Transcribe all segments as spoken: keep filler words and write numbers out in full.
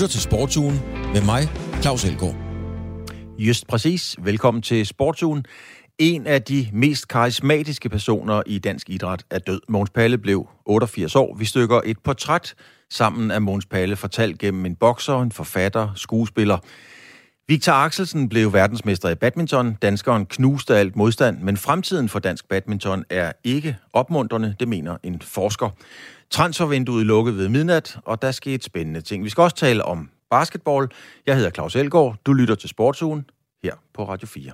lytter til Sportsugen med mig, Claus Elgaard. Just præcis. Velkommen til Sportsugen. En af de mest karismatiske personer i dansk idræt er død. Mogens Palle blev otteogfirs år. Vi stykker et portræt sammen af Mogens Palle, fortalt gennem en bokser, en forfatter, skuespiller. Victor Axelsen blev verdensmester i badminton. Danskeren knuste alt modstand, men fremtiden for dansk badminton er ikke opmuntrende, det mener en forsker. Transfervinduet lukkede ved midnat, og der skete spændende ting. Vi skal også tale om basketball. Jeg hedder Claus Elgaard. Du lytter til Sportsugen her på Radio fire.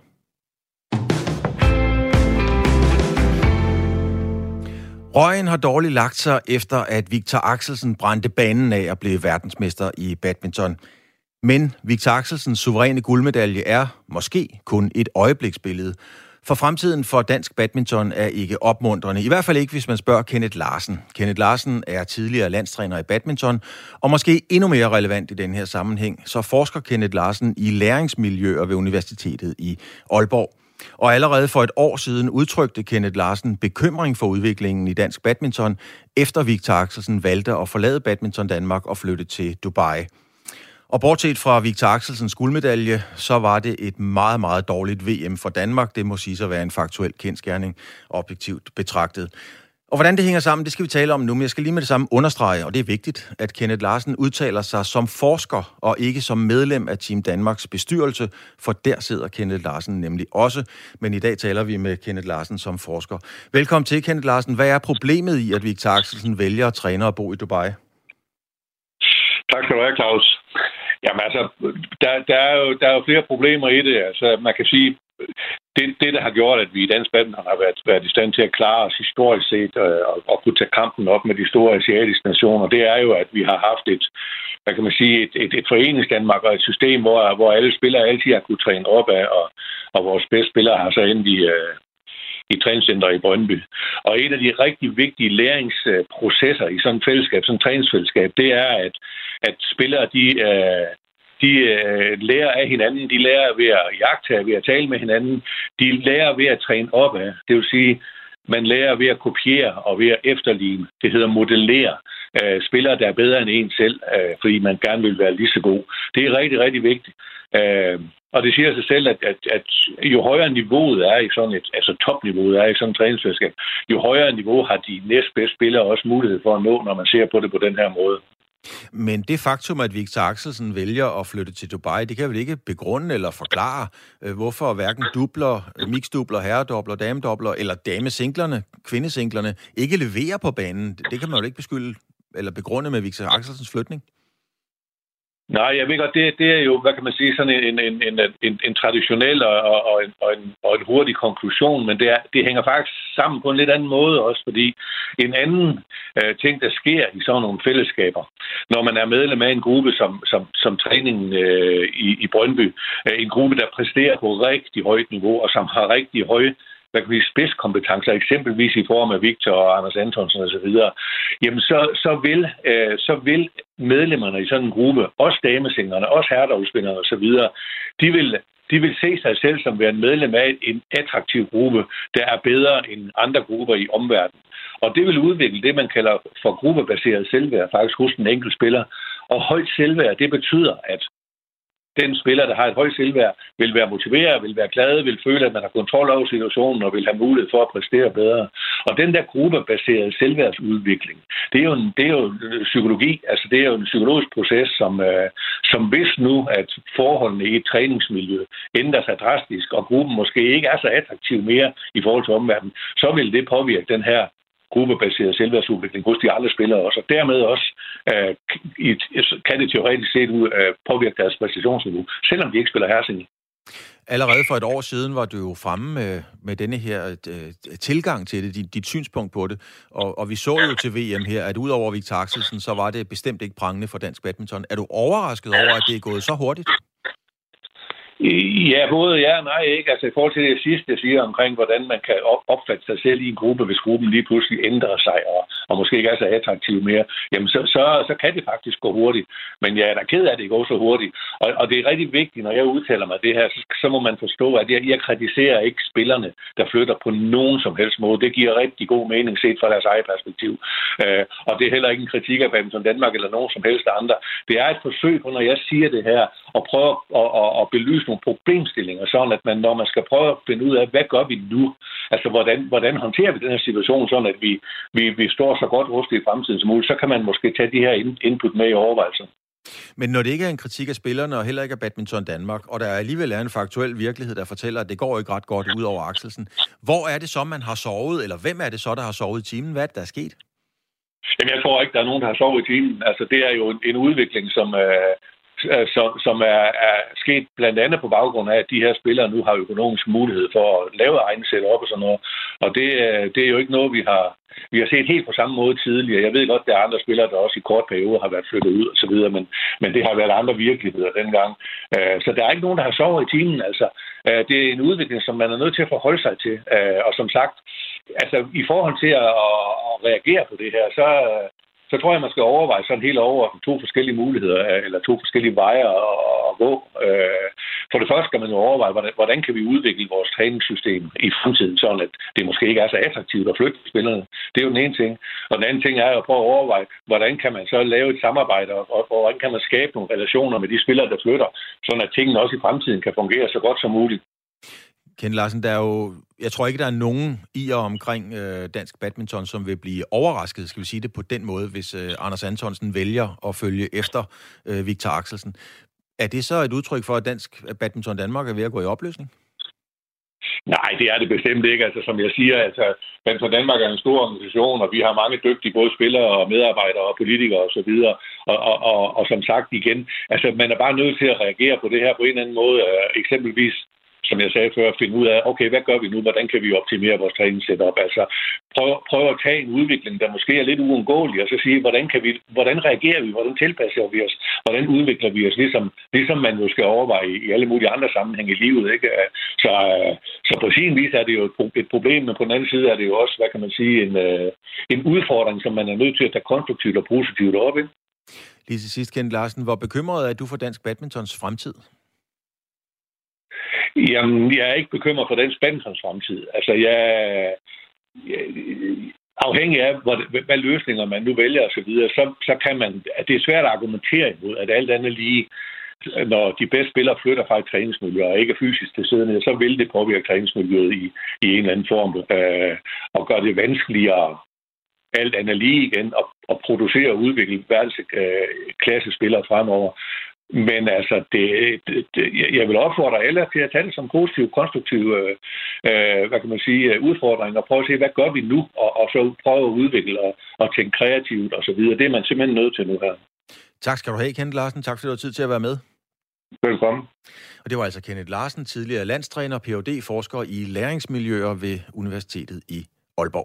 Røgen har dårligt lagt sig efter, at Victor Axelsen brændte banen af og blev verdensmester i badminton. Men Victor Axelsens suveræne guldmedalje er måske kun et øjebliksbillede. For fremtiden for dansk badminton er ikke opmuntrende. I hvert fald ikke, hvis man spørger Kenneth Larsen. Kenneth Larsen er tidligere landstræner i badminton, og måske endnu mere relevant i den her sammenhæng, så forsker Kenneth Larsen i læringsmiljøer ved Universitetet i Aalborg. Og allerede for et år siden udtrykte Kenneth Larsen bekymring for udviklingen i dansk badminton, efter Victor Axelsen valgte at forlade Badminton Danmark og flytte til Dubai. Og bortset fra Victor Axelsens guldmedalje, så var det et meget, meget dårligt V M for Danmark. Det må siges at være en faktuel kendsgerning, objektivt betragtet. Og hvordan det hænger sammen, det skal vi tale om nu, men jeg skal lige med det samme understrege, og det er vigtigt, at Kenneth Larsen udtaler sig som forsker og ikke som medlem af Team Danmarks bestyrelse, for der sidder Kenneth Larsen nemlig også. Men i dag taler vi med Kenneth Larsen som forsker. Velkommen til, Kenneth Larsen. Hvad er problemet i, at Victor Axelsen vælger at træne og bo i Dubai? Tak skal du have, Claus. Jamen altså, der, der, er jo, der er jo flere problemer i det. Altså, man kan sige, det, det der har gjort, at vi i dansk badminton har været, været i stand til at klare os historisk set øh, og, og kunne tage kampen op med de store asiatiske nationer, det er jo, at vi har haft et, hvad kan man sige, et, et, et foreningsdanmark og et system, hvor, hvor alle spillere altid har kunne træne op af, og, og vores bedste spillere har så endt i, øh, i træningscenter i Brøndby. Og en af de rigtig vigtige læringsprocesser i sådan et fællesskab, sådan et træningsfællesskab, det er, at, at spillere, de, de lærer af hinanden, de lærer ved at iagttage, ved at tale med hinanden, de lærer ved at træne op af. Det vil sige, man lærer ved at kopiere og ved at efterligne. Det hedder modellere spillere, der er bedre end en selv, fordi man gerne vil være lige så god. Det er rigtig, rigtig vigtigt. Og det siger sig selv, at, at, at jo højere niveauet er i sådan et, altså topniveauet er i sådan et træningsfællesskab, jo højere niveau har de næstbedste spillere også mulighed for at nå, når man ser på det på den her måde. Men det faktum, at Victor Axelsen vælger at flytte til Dubai, det kan vel ikke begrunde eller forklare, hvorfor hverken dubler, mixdubler, herredobler, damedobler eller damesinglerne, kvindesinglerne ikke leverer på banen. Det kan man jo ikke beskylde eller begrunde med Victor Axelsens flytning. Nej, jeg ved godt, det, det er jo, hvad kan man sige, sådan en, en, en, en, en traditionel og, og, en, og, en, og en hurtig konklusion, men det, er, det hænger faktisk sammen på en lidt anden måde også, fordi en anden øh, ting, der sker i sådan nogle fællesskaber, når man er medlem af en gruppe som, som, som træningen øh, i, i Brøndby, øh, en gruppe, der præsterer på rigtig højt niveau og som har rigtig høje hvad kan vi spidskompetencer, eksempelvis i form af Victor og Anders Antonsen osv., jamen så, så, vil, øh, så vil medlemmerne i sådan en gruppe, også damesinglerne, også herredoblerspillerne osv., de vil, de vil se sig selv som være medlem af en attraktiv gruppe, der er bedre end andre grupper i omverdenen. Og det vil udvikle det, man kalder for gruppebaseret selvværd, faktisk hos den enkelte spiller. Og højt selvværd, det betyder, at den spiller, der har et højt selvværd, vil være motiveret, vil være glad, vil føle, at man har kontrol over situationen og vil have mulighed for at præstere bedre. Og den der gruppebaserede selvværdsudvikling, det er jo en, det er jo psykologi, altså det er jo en psykologisk proces, som, øh, som hvis nu, at forholdene i et træningsmiljø ændrer sig drastisk, og gruppen måske ikke er så attraktiv mere i forhold til omverdenen, så vil det påvirke den her gruppebaseret selvværdsudvikling hos de andre spillere også, og dermed også øh, i, kan det teoretisk set ud øh, påvirke deres præstationsniveau, selvom de ikke spiller herresingle. Allerede for et år siden var du jo fremme med, med denne her øh, tilgang til det, dit, dit synspunkt på det, og, og vi så jo til V M her, at udover Victor Axelsen, så var det bestemt ikke prangende for dansk badminton. Er du overrasket over, at det er gået så hurtigt? Ja, både ja og nej, ikke. Altså i forhold til det sidste, jeg siger omkring, hvordan man kan opfatte sig selv i en gruppe, hvis gruppen lige pludselig ændrer sig, og, og måske ikke er så attraktive mere, jamen så, så, så kan det faktisk gå hurtigt. Men jeg er da ked af, at det går så hurtigt. Og, og det er rigtig vigtigt, når jeg udtaler mig det her, så, så må man forstå, at jeg, jeg kritiserer ikke spillerne, der flytter på nogen som helst måde. Det giver rigtig god mening set fra deres eget perspektiv. Øh, og det er heller ikke en kritik af Badminton Danmark eller nogen som helst andre. Det er et forsøg på, når jeg siger det her, at prøve at, at, at belyse nogle problemstillinger, sådan at man, når man skal prøve at finde ud af, hvad gør vi nu? Altså, hvordan, hvordan håndterer vi den her situation, sådan at vi, vi, vi står så godt rustet i fremtiden som muligt, så kan man måske tage de her input med i overvejelsen. Men når det ikke er en kritik af spillerne, og heller ikke af Badminton Danmark, og der alligevel er en faktuel virkelighed, der fortæller, at det går ikke ret godt ud over Axelsen, hvor er det så, man har sovet, eller hvem er det så, der har sovet i timen? Hvad er det, der er sket? Jamen, jeg tror ikke, der er nogen, der har sovet i timen. Altså, det er jo en, en udvikling, som... Øh, Som, som er, er sket blandt andet på baggrund af, at de her spillere nu har økonomisk mulighed for at lave egen setup og sådan noget. Og det, det er jo ikke noget, vi har, vi har set helt på samme måde tidligere. Jeg ved godt, at der er andre spillere, der også i kort periode har været flyttet ud og så videre, men, men det har været andre virkeligheder dengang. Så der er ikke nogen, der har sovet i timen. Altså, det er en udvikling, som man er nødt til at forholde sig til. Og som sagt, altså, i forhold til at, at reagere på det her, så... så tror jeg, man skal overveje sådan helt over to forskellige muligheder, eller to forskellige veje at gå. For det første skal man jo overveje, hvordan kan vi udvikle vores træningssystem i fremtiden, sådan at det måske ikke er så attraktivt at flytte spillerne. Det er jo den ene ting. Og den anden ting er at prøve at overveje, hvordan kan man så lave et samarbejde, og hvordan kan man skabe nogle relationer med de spillere, der flytter, sådan at tingene også i fremtiden kan fungere så godt som muligt. Ken Larsen, der er jo, jeg tror ikke, der er nogen i og omkring øh, dansk badminton, som vil blive overrasket, skal vi sige det på den måde, hvis øh, Anders Antonsen vælger at følge efter øh, Victor Axelsen. Er det så et udtryk for, at dansk badminton Danmark er ved at gå i opløsning? Nej, det er det bestemt ikke. Altså, som jeg siger, altså, Badminton Danmark er en stor organisation, og vi har mange dygtige både spillere og medarbejdere og politikere osv. Og, og, og, og, og som sagt igen, altså, man er bare nødt til at reagere på det her på en eller anden måde. Uh, eksempelvis, som jeg sagde før, at finde ud af, okay, hvad gør vi nu? Hvordan kan vi optimere vores træningssetup? Altså, prøv, prøv at tage en udvikling, der måske er lidt uundgåelig, og så sige, hvordan, kan vi, hvordan reagerer vi? Hvordan tilpasser vi os? Hvordan udvikler vi os? Ligesom, ligesom man jo skal overveje i alle mulige andre sammenhænge i livet. Ikke? Så, så på sin vis er det jo et problem, men på den anden side er det jo også, hvad kan man sige, en, en udfordring, som man er nødt til at tage konstruktivt og positivt op. Ikke? Lige til sidst, Ken Larsen, hvor bekymret er du for dansk badmintons fremtid? Jamen, jeg er ikke bekymret for dansk badmintons fremtid. Altså, jeg, jeg afhængig af, hvad, hvad løsninger man nu vælger osv., så, så, så kan man, at det er svært at argumentere imod, at alt andet lige, når de bedste spillere flytter fra et træningsmiljø og ikke er fysisk til siden, så vil det påvirke træningsmiljøet i, i en eller anden form øh, og gøre det vanskeligere alt andet lige igen at, at producere og udvikle verdensklasse spillere fremover. Men altså, det, det, jeg vil opfordre alle til at tage det som positiv, konstruktiv øh, hvad kan man sige, udfordring, og prøve at se, hvad gør vi nu, og, og så prøve at udvikle og, og tænke kreativt og så videre. Det er man simpelthen nødt til nu her. Tak skal du have, Kenneth Larsen. Tak fordi du har tid til at være med. Velkommen. Og det var altså Kenneth Larsen, tidligere landstræner, P H D-forsker i læringsmiljøer ved Universitetet i Aalborg.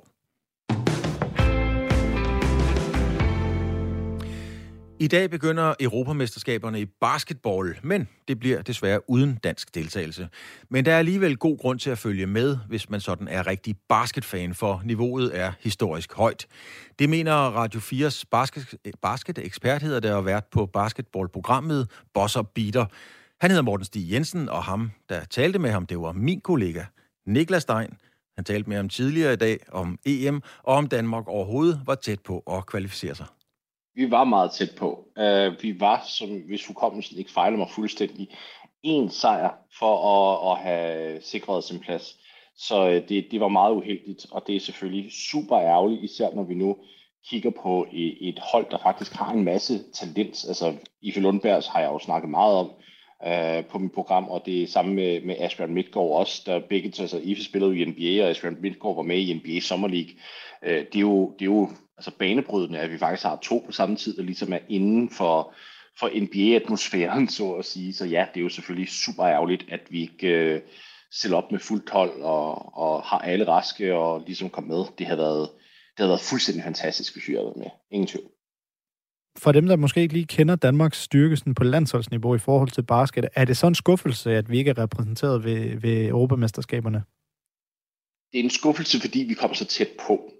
I dag begynder Europamesterskaberne i basketball, men det bliver desværre uden dansk deltagelse. Men der er alligevel god grund til at følge med, hvis man sådan er rigtig basketfan, for niveauet er historisk højt. Det mener Radio fires basket-ekspert, hedder der, og vært på basketballprogrammet Bosser Beater. Han hedder Morten Stig Jensen, og ham, der talte med ham, det var min kollega Niklas Stein. Han talte med ham tidligere i dag om E M, og om Danmark overhovedet var tæt på at kvalificere sig. Vi var meget tæt på. Uh, vi var, som hvis hukommelsen ikke fejler mig fuldstændig, en sejr for at, at have sikret sin plads. Så uh, det, det var meget uheldigt, og det er selvfølgelig super ærgerligt, især når vi nu kigger på et, et hold, der faktisk har en masse talent. Altså, Ife Lundbergs har jeg jo snakket meget om uh, på mit program, og det er samme med, med Asbjørn Midtgaard også, der begge til, altså Ife spillede i N B A, og Asbjørn Midtgaard var med i N B A Summer League. Uh, det er jo, det er jo altså banebrydende, at vi faktisk har to på samme tid, der ligesom er inden for, for N B A-atmosfæren, så at sige. Så ja, det er jo selvfølgelig super ærgerligt, at vi ikke øh, stiller op med fuldt hold og, og har alle raske og ligesom kom med. Det havde været, det havde været fuldstændig fantastisk, hvis vi havde været med. Ingen tvivl. For dem, der måske ikke lige kender Danmarks styrke på landsholdsniveau i forhold til basket, er det sådan en skuffelse, at vi ikke er repræsenteret ved, ved Europamesterskaberne? Det er en skuffelse, fordi vi kom så tæt på.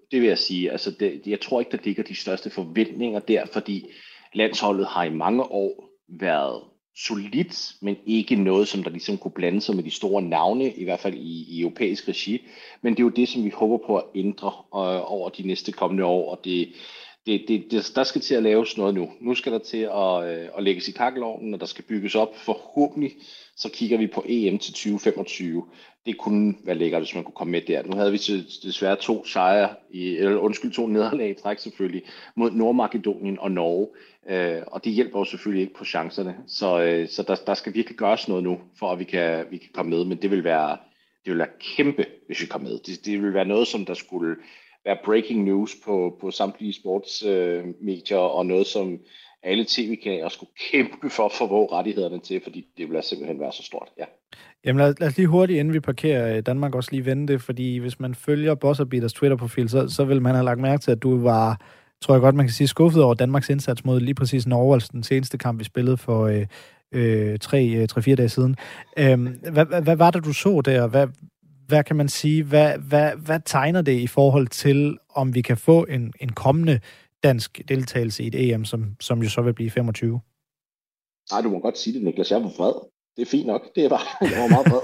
det vil jeg sige. Altså, det, jeg tror ikke, der ligger de største forventninger der, fordi landsholdet har i mange år været solidt, men ikke noget, som der ligesom kunne blande sig med de store navne, i hvert fald i, i europæisk regi. Men det er jo det, som vi håber på at ændre øh, over de næste kommende år, og det, det, det, det, der skal til at laves noget nu. Nu skal der til at, øh, at lægges i kakkelovnen, og der skal bygges op. Forhåbentlig så kigger vi på E M til tyve femogtyve. Det kunne være lækkert, hvis man kunne komme med der. Nu havde vi desværre to sejre, i, eller undskyld, to nederlag i træk selvfølgelig, mod Nordmakedonien og Norge. Øh, og det hjælper jo selvfølgelig ikke på chancerne. Så, øh, så der, der skal virkelig gøres noget nu, for at vi kan, vi kan komme med. Men det vil være, det vil være kæmpe, hvis vi kommer med. Det, det vil være noget, som der skulle være breaking news på, på samtlige sportsmedier, øh, og noget, som alle tv-kanaler skulle kæmpe for at få rettighederne til, fordi det vil simpelthen være så stort. Ja. Jamen lad, lad os lige hurtigt, inden vi parkerer Danmark, også lige vende det, fordi hvis man følger Bosserbeaters Twitter-profil, så, så vil man have lagt mærke til, at du var, tror jeg godt, man kan sige, skuffet over Danmarks indsats mod lige præcis Norge, altså den seneste kamp, vi spillede for øh, øh, tre, tre, fire dage siden. Øh, hvad, hvad, hvad var det, du så der? Hvad, hvad kan man sige? Hvad, hvad, hvad tegner det i forhold til, om vi kan få en, en kommende dansk deltagelse i et E M, som, som jo så vil blive femogtyve? Nej, du må godt sige det, Niklas. Jeg var vred. Det er fint nok. Det var, jeg var meget vred.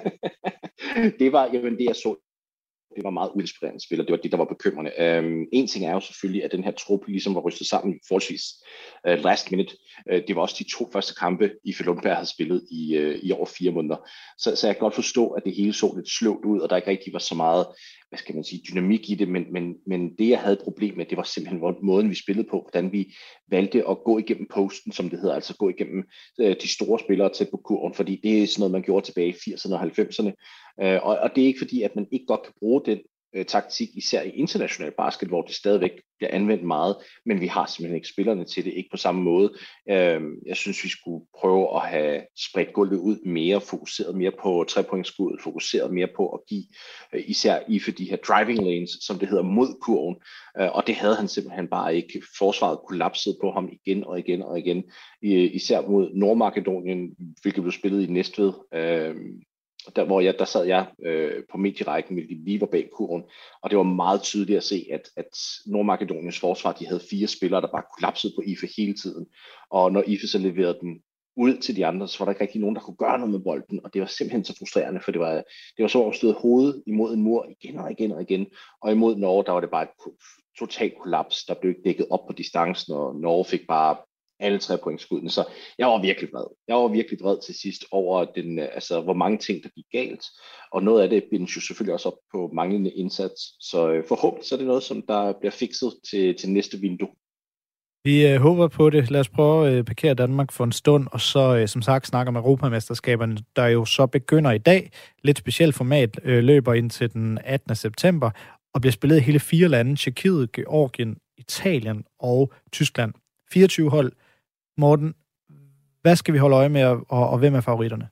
det var, jamen det jeg så, det var meget uinspirerende spil, og det var det, der var bekymrende. Um, en ting er jo selvfølgelig, at den her truppe ligesom var rystet sammen forholdsvis uh, last minute. Uh, det var også de to første kampe, Ife Lundberg havde spillet i, uh, i over fire måneder. Så, så jeg kan godt forstå, at det hele så lidt sløvt ud, og der ikke rigtig var så meget, hvad skal man sige, dynamik i det, men, men, men det, jeg havde et problem med, det var simpelthen måden, vi spillede på, hvordan vi valgte at gå igennem posten, som det hedder, altså gå igennem uh, de store spillere tæt på kurven, fordi det er sådan noget, man gjorde tilbage i firserne og halvfemserne, uh, og, og det er ikke fordi, at man ikke godt kan bruge den uh, taktik, især i international basket, hvor det stadigvæk bliver anvendt meget, men vi har simpelthen ikke spillerne til det, ikke på samme måde. Uh, jeg synes, vi skulle prøve at have spredt gulvet ud mere, fokuseret mere på trepointskuddet, fokuseret mere på at give uh, især i for de her driving lanes, som det hedder, mod kurven, uh, og det havde han simpelthen bare ikke. Forsvaret kollapsede på ham igen og igen og igen, I, især mod Nordmakedonien, hvilket blev spillet i Næstved, uh, der hvor jeg der sad jeg øh, på medierækken, hvilket lige var bag kurven, og det var meget tydeligt at se, at, at Nordmakedoniens forsvar, de havde fire spillere, der bare kollapsede på Ife hele tiden, og når Ife så leverede den ud til de andre, så var der ikke rigtig nogen, der kunne gøre noget med bolden, og det var simpelthen så frustrerende, for det var, det var så overstået hovedet imod en mur igen og igen og igen, og imod Norge, der var det bare et totalt kollaps, der blev ikke dækket op på distancen, og Norge fik bare alle tre pointskuddene, så jeg var virkelig vred. Jeg var virkelig vred til sidst over, den, altså, hvor mange ting, der gik galt, og noget af det bindes jo selvfølgelig også op på manglende indsats, så forhåbentlig så er det noget, som der bliver fikset til, til næste vindue. Vi øh, håber på det. Lad os prøve at øh, parkere Danmark for en stund, og så øh, som sagt snakke om Europamesterskaberne, der jo så begynder i dag. Lidt specielt format øh, løber ind til den attende september, og bliver spillet i hele fire lande: Tjekkiet, Georgien, Italien og Tyskland. fireogtyve hold. Morten, hvad skal vi holde øje med, og, og hvem er favoritterne?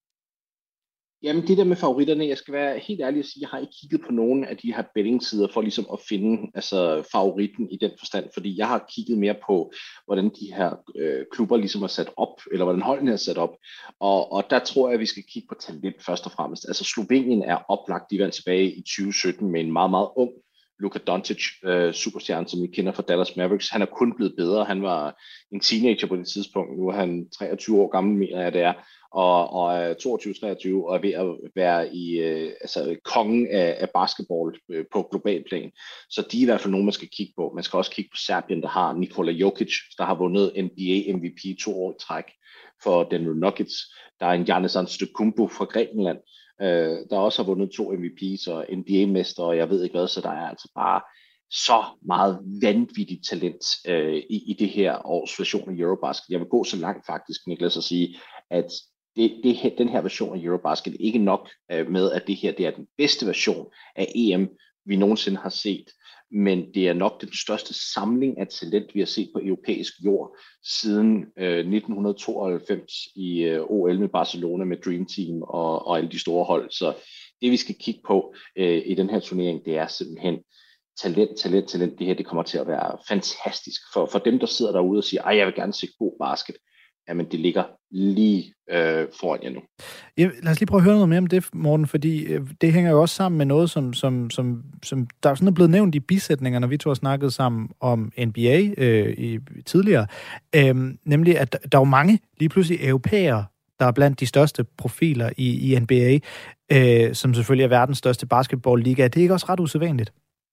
Jamen det der med favoritterne, jeg skal være helt ærlig at sige, jeg har ikke kigget på nogen af de her betting-sider for ligesom at finde altså, favoritten i den forstand, fordi jeg har kigget mere på, hvordan de her øh, klubber ligesom er sat op, eller hvordan holdene er sat op, og, og der tror jeg, at vi skal kigge på talent først og fremmest. Altså Slovenien er oplagt, de vandt tilbage i tyve sytten med en meget, meget ung Luka Doncic, øh, superstjerne, som vi kender fra Dallas Mavericks. Han er kun blevet bedre. Han var en teenager på det tidspunkt. Nu er han treogtyve år gammel, mener jeg det er, og, og er toogtyve treogtyve og er ved at være i, øh, altså, kongen af, af basketball øh, på global plan. Så de er i hvert fald nogen, man skal kigge på. Man skal også kigge på Serbien, der har Nikola Jokic, der har vundet N B A M V P to år i træk for Denver Nuggets. Der er en Giannis Antetokounmpo fra Grækenland, Øh, der også har vundet to M V P's og N B A-mester, og jeg ved ikke hvad, så der er altså bare så meget vanvittigt talent øh, i, i det her års version af Eurobasket. Jeg vil gå så langt faktisk, Niklas, at sige, at det, det her, den her version af Eurobasket er ikke nok øh, med, at det her det er den bedste version af E M, vi nogensinde har set, men det er nok den største samling af talent, vi har set på europæisk jord siden øh, nitten tooghalvfems i øh, O L med Barcelona med Dream Team og, og alle de store hold. Så det vi skal kigge på øh, i den her turnering, det er simpelthen talent, talent, talent. Det her det kommer til at være fantastisk for, for dem, der sidder derude og siger, at jeg vil gerne se god basket. jamen det ligger lige øh, foran jer nu. Ja, lad os lige prøve at høre noget mere om det, Morten, fordi øh, det hænger jo også sammen med noget, som, som, som, som der er sådan er blevet nævnt i bisætninger, når vi to har snakket sammen om N B A øh, i, tidligere, øh, nemlig at der er jo mange lige pludselig europæere, der er blandt de største profiler i, i N B A, øh, som selvfølgelig er verdens største basketballliga. Det er ikke også ret usædvanligt?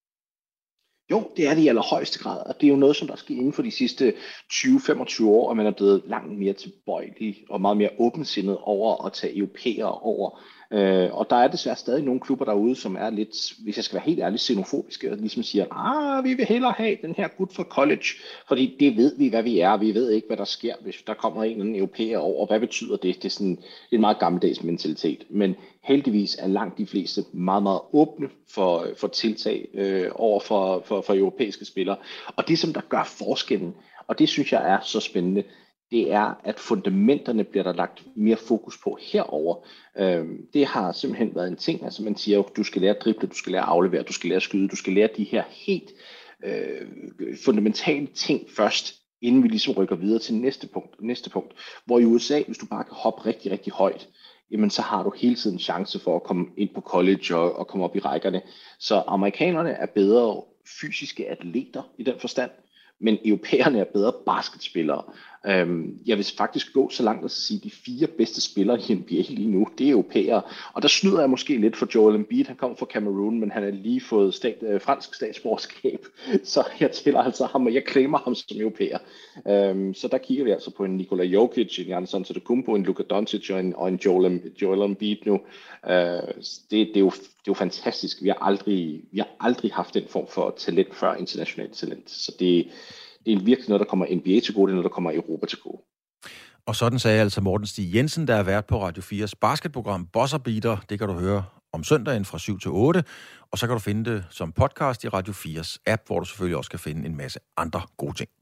Jo, det er det i allerhøjeste grad, og det er jo noget, som der er sket inden for de sidste tyve til femogtyve år, og man er blevet langt mere tilbøjelig og meget mere åbensindet over at tage europæere over. Øh, og der er desværre stadig nogle klubber derude, som er lidt, hvis jeg skal være helt ærlig, xenofobiske, og ligesom siger, ah, vi vil hellere have den her gut fra college, fordi det ved vi, hvad vi er, vi ved ikke, hvad der sker, hvis der kommer en eller anden europæer over. Hvad betyder det? Det er sådan en meget gammeldags mentalitet, men heldigvis er langt de fleste meget, meget åbne for, for tiltag øh, over for, for, for europæiske spillere. Og det, som der gør forskellen, og det synes jeg er så spændende, det er, at fundamenterne bliver der lagt mere fokus på herover. Øhm, det har simpelthen været en ting, altså man siger, du skal lære at drible, du skal lære at aflevere, du skal lære at skyde, du skal lære de her helt øh, fundamentale ting først, inden vi ligesom rykker videre til næste punkt. Næste punkt. Hvor i U S A, hvis du bare kan hoppe rigtig, rigtig højt, jamen så har du hele tiden chance for at komme ind på college og, og komme op i rækkerne. Så amerikanerne er bedre fysiske atleter i den forstand, men europæerne er bedre basketspillere. Øhm, jeg vil faktisk gå så langt at sige, at de fire bedste spillere i N B A lige nu, det er europæere. Og der snyder jeg måske lidt for Joel Embiid. Han kommer fra Cameroon, men han har lige fået stat, øh, fransk statsborgerskab. Så jeg tæller altså ham, og jeg claimer ham som europæer. Øhm, så der kigger vi altså på en Nikola Jokic, en Giannis Antetokounmpo, en Luka Doncic og en, og en Joel, Joel Embiid nu. Øh, det, det, er jo, det er jo fantastisk. Vi har, aldrig, vi har aldrig haft den form for talent før, internationalt talent. Så det Det er virkelig noget, der kommer N B A til gode, det er noget, der kommer Europa til gode. Og sådan sagde altså Morten Stig Jensen, der er vært på Radio fires basketprogram Buzzer Beater. Det kan du høre om søndagen fra syv til otte, og så kan du finde det som podcast i Radio fires app, hvor du selvfølgelig også kan finde en masse andre gode ting.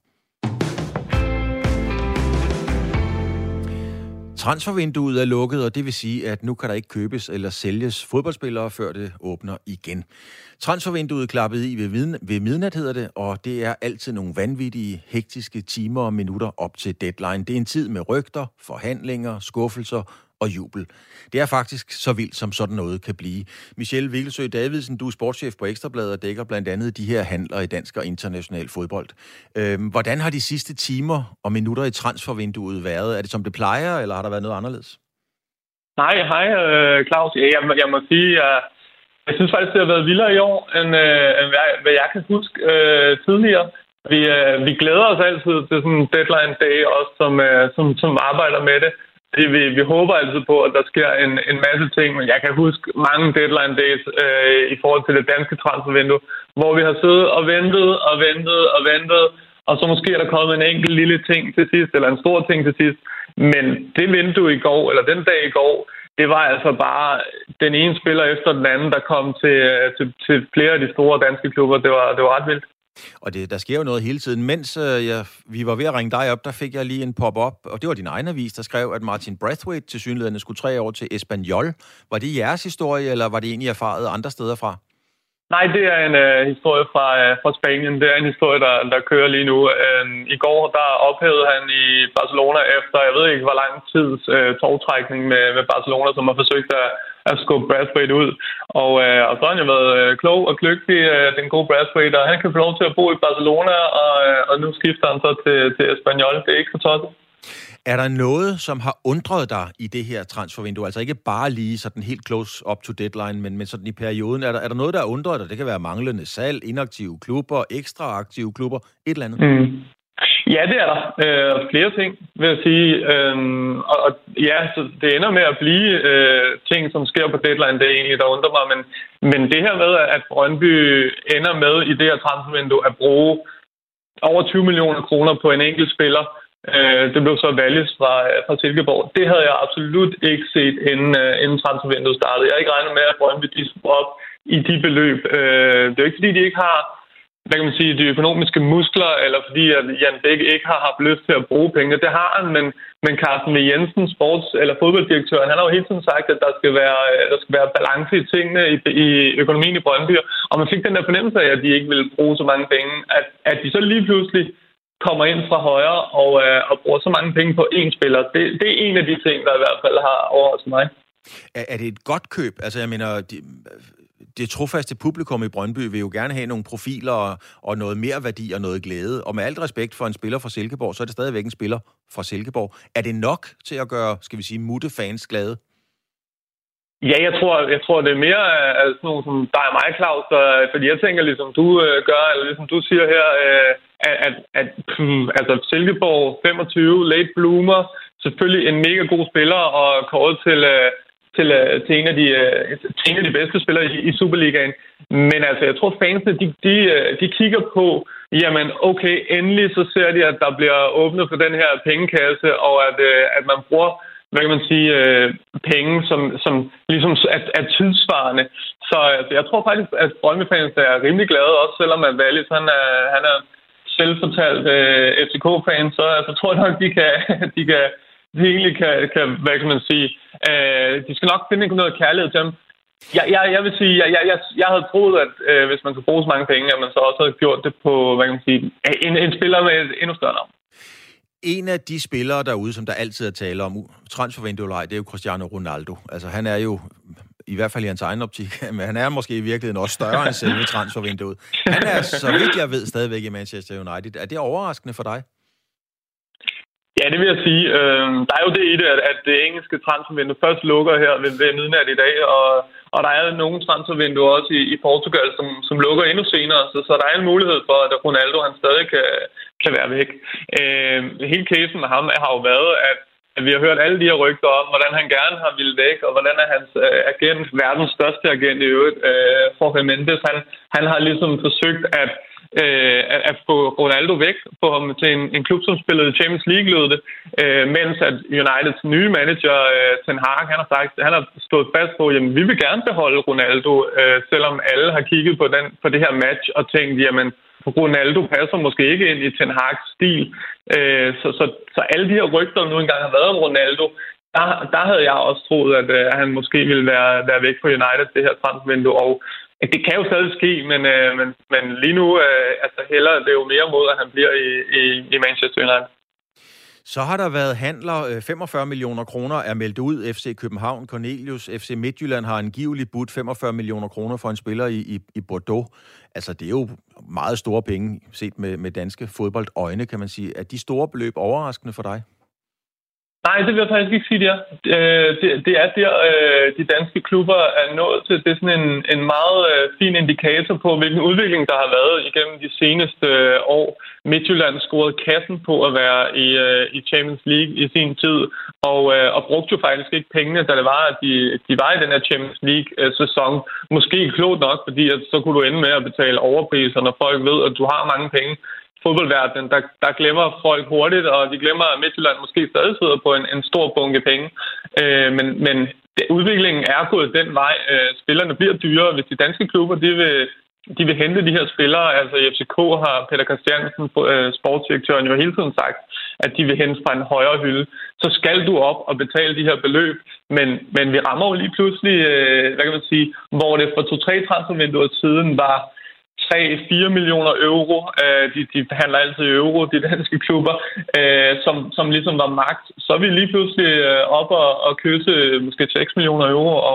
Transfervinduet er lukket, og det vil sige, at nu kan der ikke købes eller sælges fodboldspillere, før det åbner igen. Transfervinduet klappede i ved, ved midnat, hedder det, og det er altid nogle vanvittige, hektiske timer og minutter op til deadline. Det er en tid med rygter, forhandlinger, skuffelser og jubel. Det er faktisk så vildt, som sådan noget kan blive. Michelle Vigelsø Davidsen, du er sportschef på Ekstrabladet og dækker blandt andet de her handler i dansk og international fodbold. Øhm, hvordan har de sidste timer og minutter i transfervinduet været? Er det som det plejer, eller har der været noget anderledes? Nej, hej Claus. Jeg, jeg må sige, at jeg synes faktisk, det har været vildere i år, end øh, hvad jeg kan huske øh, tidligere. Vi, øh, vi glæder os altid til sådan en deadline day, også som, øh, som, som arbejder med det. Vi, vi håber altid på, at der sker en, en masse ting, men jeg kan huske mange deadline days øh, i forhold til det danske transfervindue, hvor vi har siddet og ventet og ventet og ventet, og så måske er der kommet en enkelt lille ting til sidst, eller en stor ting til sidst. Men det vindue i går, eller den dag i går, det var altså bare den ene spiller efter den anden, der kom til, til, til flere af de store danske klubber. Det var, det var ret vildt. Og det, der sker jo noget hele tiden. Mens øh, jeg, vi var ved at ringe dig op, der fik jeg lige en pop-up, og det var din egen avis, der skrev, at Martin Braithwaite til synligheden skulle tre år til Espanyol. Var det jeres historie, eller var det egentlig erfaret andre steder fra? Nej, det er en øh, historie fra, øh, fra Spanien. Det er en historie, der, der kører lige nu. Øh, I går der ophævede han i Barcelona efter, jeg ved ikke hvor lang tids øh, togtrækning med, med Barcelona, som har forsøgt at, at skubbe Braithwaite ud. Og, øh, og så har han jo været øh, klog og kløgtig, øh, den gode Braithwaite, og han kan få lov til at bo i Barcelona, og, øh, og nu skifter han så til, til Espanyol. Det er ikke for tosset. Er der noget, som har undret dig i det her transfervindue? Altså ikke bare lige sådan helt close up to deadline, men, men sådan i perioden. Er der, er der noget, der har undret dig? Det kan være manglende salg, inaktive klubber, ekstra aktive klubber, et eller andet? Mm. Ja, det er der. Øh, flere ting, vil jeg sige. Øh, og, og ja, så det ender med at blive øh, ting, som sker på deadline, det er egentlig, der undrer mig. Men, men det her med, at Brøndby ender med i det her transfervindue at bruge over tyve millioner kroner på en enkelt spiller, det blev så Valles fra, fra Silkeborg. Det havde jeg absolut ikke set, inden, inden transfervinduet startede. Jeg har ikke regnet med, at Brøndby de skulle op i de beløb. Det er jo ikke, fordi de ikke har, hvad kan man sige, de økonomiske muskler, eller fordi at Jan Bæk ikke har haft lyst til at bruge penge. Det har han, men, men Carsten V. Jensen, sports- eller fodbolddirektøren, han har jo hele tiden sagt, at der skal være, der skal være balance i tingene i, i økonomien i Brøndby. Og man fik den der fornemmelse af, at de ikke ville bruge så mange penge. At, at de så lige pludselig kommer ind fra højre og, øh, og bruger så mange penge på én spiller. Det, det er en af de ting, der i hvert fald har overrasket mig. Er, er det et godt køb? Altså, jeg mener, de, det trofaste publikum i Brøndby vil jo gerne have nogle profiler og, og noget mere værdi og noget glæde. Og med alt respekt for en spiller fra Silkeborg, så er det stadigvæk en spiller fra Silkeborg. Er det nok til at gøre, skal vi sige, muttefans glade? Ja, jeg tror, jeg tror det er mere af sådan nogle som dig og mig, Claus, fordi jeg tænker, ligesom du øh, gør, eller ligesom du siger her, øh, at, at, at pff, altså Silkeborg femogtyve, late bloomer, selvfølgelig en mega god spiller, og kåret til, øh, til, øh, til, en af de, øh, til en af de bedste spillere i, i Superligaen. Men altså, jeg tror, fansene, de, de, de kigger på, jamen okay, endelig så ser de, at der bliver åbnet for den her pengekasse, og at, øh, at man bruger hvad kan man sige, øh, penge, som, som ligesom er, er tidsvarende. Så altså, jeg tror faktisk, at Brøndby-fans er rimelig glade, også selvom at Wallis, han er, han er selvfortalt øh, F C K-fan, så altså, tror jeg nok, de kan, de kan, de egentlig kan, kan, hvad kan man sige, øh, de skal nok finde noget kærlighed til dem. Jeg, jeg, jeg vil sige, jeg, jeg, jeg havde troet, at øh, hvis man skulle bruge så mange penge, at man så også havde gjort det på, hvad kan man sige, en, en spiller med et endnu større navn. En af de spillere derude, som der altid er tale om transfervinduelej, det er jo Cristiano Ronaldo. Altså han er jo, i hvert fald i hans egen optik, men han er måske i virkeligheden også større end selve transfervinduet. Han er, så vidt jeg ved, stadigvæk i Manchester United. Er det overraskende for dig? Ja, det vil jeg sige. Øh, der er jo det i det, at, at det engelske transfervindue først lukker her ved, ved midnat i dag, og, og der er nogle transfervinduer også i, i Portugal, som, som lukker endnu senere, så, så der er en mulighed for, at Ronaldo han stadig kan, kan være væk. Øh, hele casen med ham har jo været, at, at vi har hørt alle de her rygter om, hvordan han gerne har ville væk, og hvordan er hans øh, agent, verdens største agent i øvrigt, øh, Jorge Mendes, han, han har ligesom forsøgt at Øh, at, at få Ronaldo væk på ham til en, en klub, som spillede Champions League, lød det, øh, mens at Uniteds nye manager, øh, Ten Hag, han har sagt, han har stået fast på, jamen vi vil gerne beholde Ronaldo, øh, selvom alle har kigget på, den, på det her match og tænkt, jamen Ronaldo passer måske ikke ind i Ten Hags stil. Øh, så, så, så alle de her rygter, der nu engang har været om Ronaldo, der, der havde jeg også troet, at øh, han måske ville være, være væk fra United, det her transfervindue, og det kan jo stadig ske, men, øh, men, men lige nu øh, altså hælder det jo mere mod, at han bliver i, i, i Manchester United. Så har der været handler. femogfyrre millioner kroner er meldt ud. F C København, Cornelius, F C Midtjylland har angiveligt budt femogfyrre millioner kroner for en spiller i, i, i Bordeaux. Altså, det er jo meget store penge, set med, med danske fodboldøjne, kan man sige. Er de store beløb overraskende for dig? Nej, det vil jeg faktisk ikke sige, det er. Det, det er der, de danske klubber er nået til. Det er sådan en, en meget fin indikator på, hvilken udvikling der har været igennem de seneste år. Midtjylland scorede kassen på at være i, i Champions League i sin tid, og, og brugte jo faktisk ikke pengene, da det var, at de, de var i den her Champions League-sæson. Måske klogt nok, fordi at så kunne du ende med at betale overpriser, når folk ved, at du har mange penge. Fodboldverdenen, der, der glemmer folk hurtigt, og de glemmer, at Midtjylland måske stadig sidder på en, en stor bunke penge. Øh, men men det, udviklingen er gået den vej. Øh, spillerne bliver dyrere. Hvis de danske klubber, de vil, de vil hente de her spillere, altså i F C K har Peter Christiansen, øh, sportsdirektøren, jo hele tiden sagt, at de vil hente fra en højere hylde. Så skal du op og betale de her beløb. Men, men vi rammer jo lige pludselig, øh, hvad kan man sige, hvor det for to-tre transfervinduer siden var tre til fire millioner euro. De, de handler altid i euro, de danske klubber, som, som ligesom var magt. Så er vi lige pludselig op og, og kysse måske seks millioner euro, og,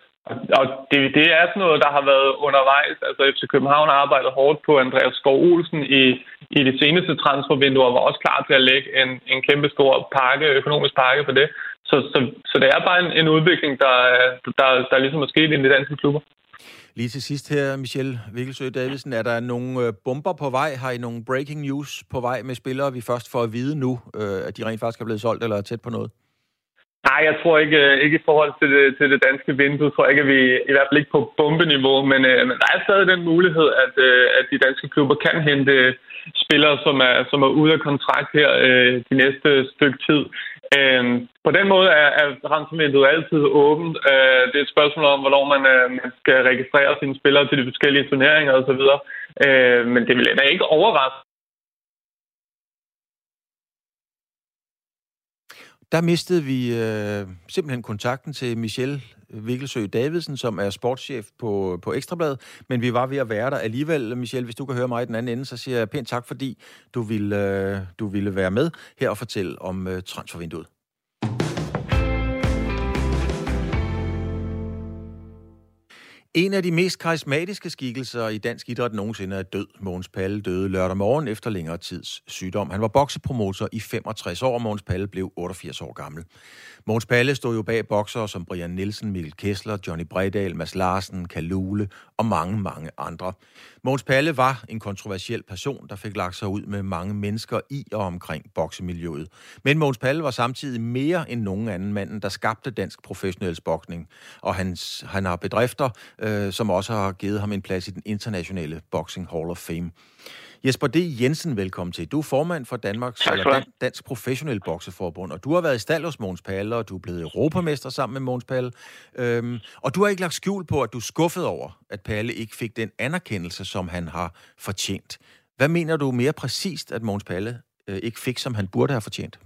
og det, det er sådan noget, der har været undervejs. Altså F C København har arbejdet hårdt på Andreas Skov Olsen i, i det seneste transfervindue, og var også klar til at lægge en, en kæmpe stor pakke, økonomisk pakke på det. Så, så, så det er bare en, en udvikling, der, der, der ligesom er sket i de danske klubber. Lige til sidst her, Michel Vikkelsøe Davidsen, er der nogle bomber på vej? Har I nogle breaking news på vej med spillere, vi først får at vide nu, at de rent faktisk er blevet solgt eller er tæt på noget? Nej, jeg tror ikke, ikke i forhold til det, til det danske vindue, tror jeg ikke, at vi i hvert fald ikke på bombeniveau, men, men der er stadig den mulighed, at, at de danske klubber kan hente spillere, som er, som er ude af kontrakt her de næste stykke tid. På den måde er, er transfervinduet altid åbent. Det er et spørgsmål om, hvornår man, man skal registrere sine spillere til de forskellige turneringer osv. Men det vil da ikke overraske. der mistede vi øh, simpelthen kontakten til Michelle Vikkelsø Davidsen, som er sportschef på, på Ekstrabladet, men vi var ved at være der alligevel. Michelle, hvis du kan høre mig i den anden ende, så siger jeg pænt tak, fordi du ville, øh, du ville være med her og fortælle om øh, transfervinduet. En af de mest karismatiske skikkelser i dansk idræt nogensinde er død. Mogens Palle døde lørdag morgen efter længere tids sygdom. Han var boksepromotor i femogtres år, og Mogens Palle blev otteogfirs år gammel. Mogens Palle stod jo bag boksere som Brian Nielsen, Mikkel Kessler, Johnny Bredahl, Mads Larsen, Kalule og mange, mange andre. Mogens Palle var en kontroversiel person, der fik lagt sig ud med mange mennesker i og omkring boksemiljøet. Men Mogens Palle var samtidig mere end nogen anden manden, der skabte dansk professionel boksning. Og hans, han har bedrifter, øh, som også har givet ham en plads i den internationale Boxing Hall of Fame. Jesper D. Jensen, velkommen til. Du er formand for Danmarks eller Dan- Dansk Professionel Bokseforbund, og du har været i stald hos Mogens Palle, og du er blevet europamester sammen med Mogens Palle. Øhm, og du har ikke lagt skjul på, at du er skuffet over, at Palle ikke fik den anerkendelse, som han har fortjent. Hvad mener du mere præcist, at Mogens Palle øh, ikke fik, som han burde have fortjent?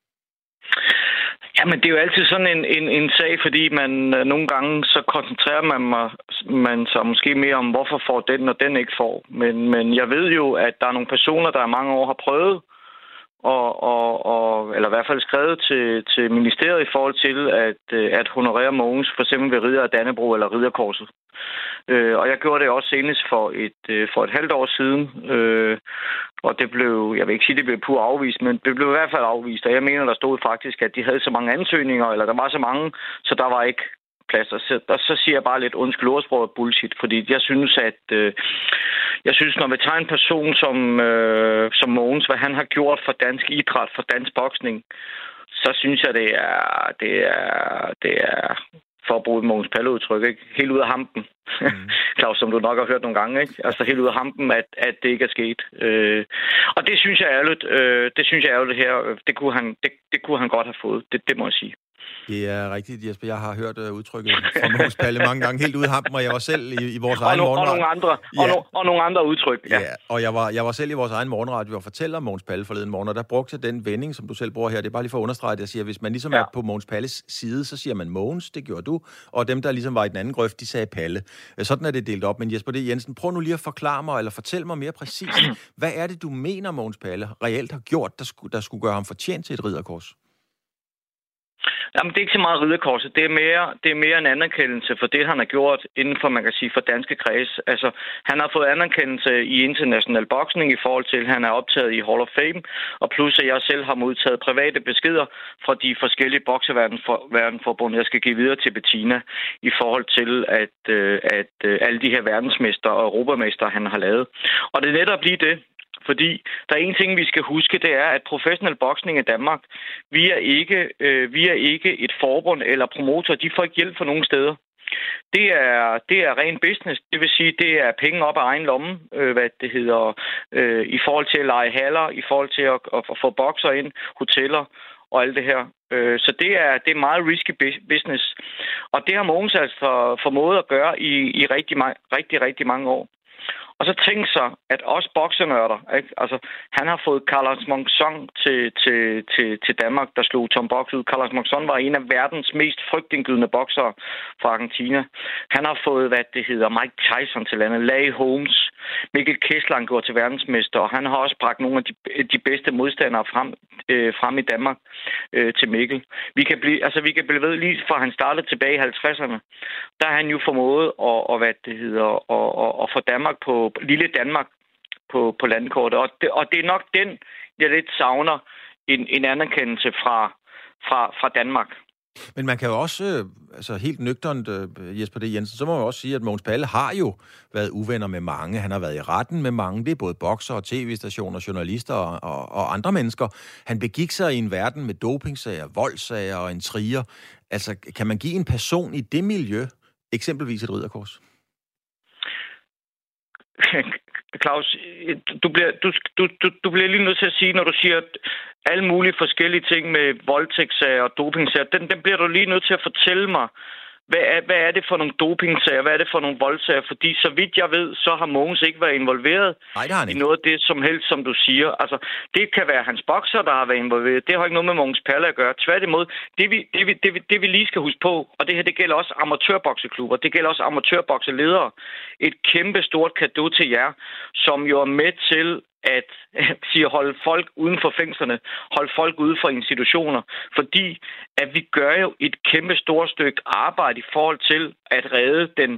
Jamen, det er jo altid sådan en, en, en sag, fordi man øh, nogle gange så koncentrerer man, mig, man sig måske mere om, hvorfor får den, og den ikke får. Men, men jeg ved jo, at der er nogle personer, der i mange år har prøvet, og, og, og, eller i hvert fald skrevet til, til ministeriet i forhold til at, at honorere Mogens, for eksempel ved Ridder af Dannebrog eller Ridderkorset. Øh, og jeg gjorde det også senest for et, for et halvt år siden. Øh, og det blev, jeg vil ikke sige, det blev pur afvist, men det blev i hvert fald afvist. Og jeg mener, der stod faktisk, at de havde så mange ansøgninger, eller der var så mange, så der var ikke plads. Og så, og så siger jeg bare lidt undskyld ordsproget bullshit, fordi jeg synes, at øh, jeg synes, når vi tager en person som, øh, som Mogens, hvad han har gjort for dansk idræt, for dansk boksning, så synes jeg, det er, det er, det er for at bruge et Mogens Palle-udtryk, ikke? Helt ud af hampen. Mm. Claus, som du nok har hørt nogle gange, ikke? Altså helt ud af hampen, at, at det ikke er sket. Øh, og det synes jeg er ærligt. Øh, det synes jeg er ærligt her. Det kunne han, det, det kunne han godt have fået. Det, det må jeg sige. Det er rigtigt, Jesper. Jeg har hørt uh, udtrykket fra Mogens Palle mange gange, helt ude i hampen, og jeg var selv i, i vores og egen no, morgenradio. Og nogle andre, ja. og, no, og nogle andre udtryk. Ja, ja og jeg var, jeg var selv i vores egen morgenradio og fortæller om Mogens Palle forleden morgen, og der brugte den vending, som du selv bruger her. Det er bare lige for at understrege, at jeg siger, at hvis man ligesom ja. er på Mogens Palles side, så siger man Mogens, det gjorde du, og dem, der ligesom var i den anden grøft, de sagde Palle. Sådan er det delt op. Men Jesper D. Jensen, prøv nu lige at forklare mig, eller fortæl mig mere præcist, hvad er det, du mener, Mogens Palle reelt har gjort, der skulle, der skulle gøre ham fortjent til et ridderkors? Jamen, det er ikke så meget ridderkorset. Det er mere, det er mere en anerkendelse for det, han har gjort inden for, man kan sige, for danske kreds. Altså, han har fået anerkendelse i international boksning i forhold til, at han er optaget i Hall of Fame, og plus at jeg selv har modtaget private beskeder fra de forskellige bokseverdenforbund, jeg skal give videre til Bettina, i forhold til, at, at alle de her verdensmester og europamester, han har lavet. Og det er netop lige det. Fordi der er en ting, vi skal huske, det er, at professionel boksning i Danmark, vi er ikke, øh, vi er ikke et forbund eller promotor. De får ikke hjælp fra nogen steder. Det er, det er ren business. Det vil sige, det er penge op af egen lomme, øh, hvad det hedder, øh, i forhold til at lege haller, i forhold til at, at, at få bokser ind, hoteller og alt det her. Øh, så det er, det er meget risky business. Og det har Mogens altså formået at gøre i, i rigtig, rigtig, rigtig mange år. Og så tænk sig, at også boksenørder, ikke? Altså, han har fået Carlos Monzon til, til, til, til Danmark, der slog Tom Box ud. Carlos Monzon var en af verdens mest frygtindgydende boksere fra Argentina. Han har fået, hvad det hedder, Mike Tyson til landet, Larry Holmes, Mikkel Kessler han gjorde til verdensmester, og han har også bragt nogle af de, de bedste modstandere frem, øh, frem i Danmark øh, til Mikkel. Vi kan blive, altså, vi kan blive ved lige fra han startede tilbage i halvtredserne. Der har han jo formået at, og, hvad det hedder, at, at, at få Danmark på lille Danmark på, på landkortet. Og det, og det er nok den, jeg lidt savner en, en anerkendelse fra, fra, fra Danmark. Men man kan jo også, altså helt nøgternt, Jesper D. Jensen, så må man jo også sige, at Mogens Palle har jo været uvenner med mange. Han har været i retten med mange. Det er både boksere, tv-stationer, journalister og, og, og andre mennesker. Han begik sig i en verden med dopingsager, voldssager og intriger. Altså, kan man give en person i det miljø eksempelvis et ridderkors? Claus, du bliver, du, du, du, du bliver lige nødt til at sige, når du siger alle mulige forskellige ting med voldtægtssager og dopingsager, den, den bliver du lige nødt til at fortælle mig, hvad er, hvad er det for nogle dopingsager? Hvad er det for nogle voldsager? Fordi så vidt jeg ved, så har Mogens ikke været involveret Nej, det har han ikke. i noget af det som helst, som du siger. Altså, det kan være hans bokser, der har været involveret. Det har ikke noget med Mogens Palle at gøre. Tværtimod, det vi, det, vi, det, vi, det vi lige skal huske på, og det her, det gælder også amatørbokseklubber, det gælder også amatørbokseledere. Et kæmpe stort cadeau til jer, som jo er med til at sige, holde folk uden for fængslerne, holde folk ude for institutioner, fordi at vi gør jo et kæmpe stort stykke arbejde i forhold til at redde den,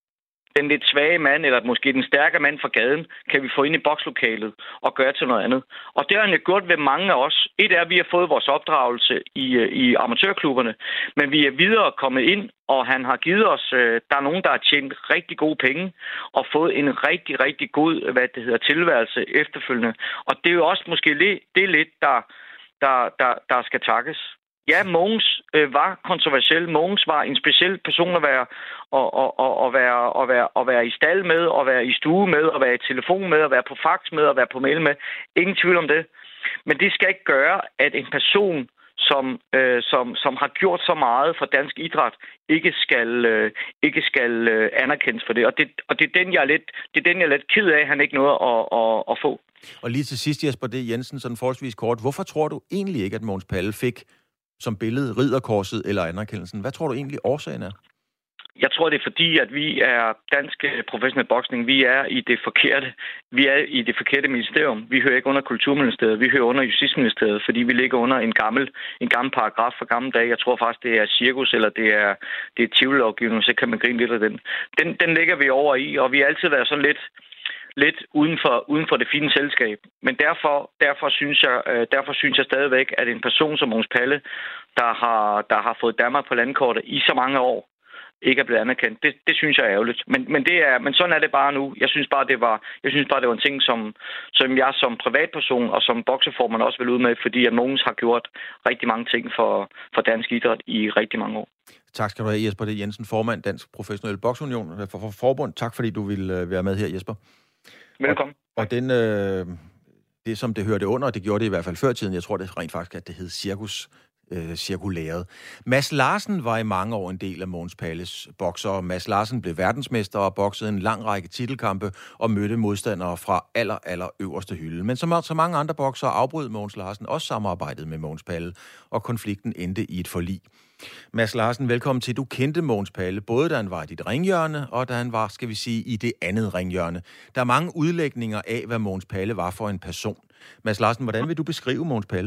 den lidt svage mand, eller måske den stærke mand fra gaden, kan vi få ind i bokslokalet og gøre til noget andet. Og det har han jo gjort ved mange af os. Et er, at vi har fået vores opdragelse i, i amatørklubberne, men vi er videre kommet ind, og han har givet os, der er nogen, der har tjent rigtig gode penge, og fået en rigtig, rigtig god, hvad det hedder, tilværelse efterfølgende. Og det er jo også måske lidt, det er lidt, der, der, der, der skal takkes. Ja, Mogens øh, var kontroversiel. Mogens var en speciel person at være, og, og, og, og være, og være, og være i stald med, og være i stue med, og være i telefon med, og være på fax med, og være på mail med. Ingen tvivl om det. Men det skal ikke gøre, at en person, som, øh, som, som har gjort så meget for dansk idræt, ikke skal, øh, ikke skal øh, anerkendes for det. Og, det. og det er den, jeg er lidt, det er den, jeg er lidt ked af, at han ikke nåede at, at, at få. Og lige til sidst, Jesper D. Jensen, sådan forholdsvis kort. Hvorfor tror du egentlig ikke, at Mogens Palle fik som billede ridderkorset eller anerkendelsen? Hvad tror du egentlig årsagen er? Jeg tror, det er fordi, at vi er dansk professionel boksning. Vi er i det forkerte. Vi er i det forkerte ministerium. Vi hører ikke under Kulturministeriet. Vi hører under Justitsministeriet, fordi vi ligger under en gammel, en gammel paragraf fra gamle dage. Jeg tror faktisk, det er cirkus, eller det er, det er tvivllovgivning, så kan man grine lidt af den. den. Den ligger vi over i, og vi har altid været sådan lidt lidt uden for, uden for det fine selskab. Men derfor, derfor, synes jeg, øh, derfor synes jeg stadigvæk, at en person som Mogens Palle, der har, der har fået Danmark på landkortet i så mange år, ikke er blevet anerkendt. Det, det synes jeg er ærgerligt. Men, men, det er, men sådan er det bare nu. Jeg synes bare, det var, jeg synes bare, det var en ting, som, som jeg som privatperson og som bokseformand også vil ud med, fordi at Mogens har gjort rigtig mange ting for, for dansk idræt i rigtig mange år. Tak skal du have, Jesper D. Jensen, formand Dansk Professionel Boksunion for, for Forbund. Tak fordi du ville være med her, Jesper. Velkommen. Og, og den, øh, det, som det hørte under, det gjorde det i hvert fald før tiden. Jeg tror det rent faktisk, at det hed cirkus, øh, cirkulæret. Mads Larsen var i mange år en del af Mogens Palles bokser. Mads Larsen blev verdensmester og boksede en lang række titelkampe og mødte modstandere fra aller, aller øverste hylde. Men som så mange andre boksere afbrød Mogens Larsen også samarbejdet med Mogens Palle, og konflikten endte i et forlig. Mads Larsen, velkommen til. Du kendte Mogens Palle, både da han var i dit ringhjørne, og da han var, skal vi sige, i det andet ringhjørne. Der er mange udlægninger af, hvad Mogens Palle var for en person. Mads Larsen, hvordan vil du beskrive Mogens Palle?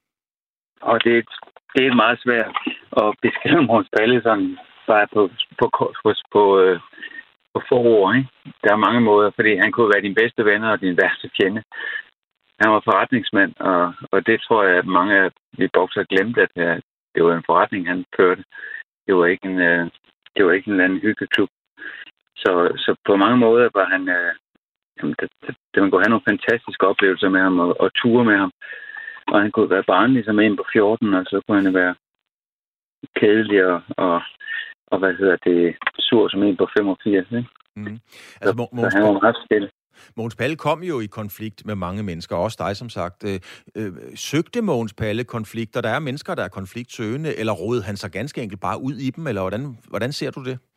Og det er, det er meget svært at beskrive Mogens Palle sådan bare på, på, på, på, på få ord. Ikke? Der er mange måder, fordi han kunne være din bedste venner og din værste fjende. Han var forretningsmand, og, og det tror jeg, at mange af de boksere glemte, at jeg, det var en forretning, han førte. Det var ikke en, øh, det var ikke en eller anden hyggeklub. Så, så på mange måder var han... Øh, jamen, det, det, det, man kunne have nogle fantastiske oplevelser med ham og, og ture med ham. Og han kunne være barnlig som en på fjorten, og så kunne han være kedelig og, og, og hvad hedder det, sur som en på femogfirs. Ikke? Mm. Altså, så, Mogens så han var meget stille. Mogens Palle kom jo i konflikt med mange mennesker, også dig som sagt. Øh, øh, søgte Mogens Palle konflikter? Der er mennesker, der er konfliktsøgende, eller rodede han sig ganske enkelt bare ud i dem, eller hvordan, hvordan ser du det?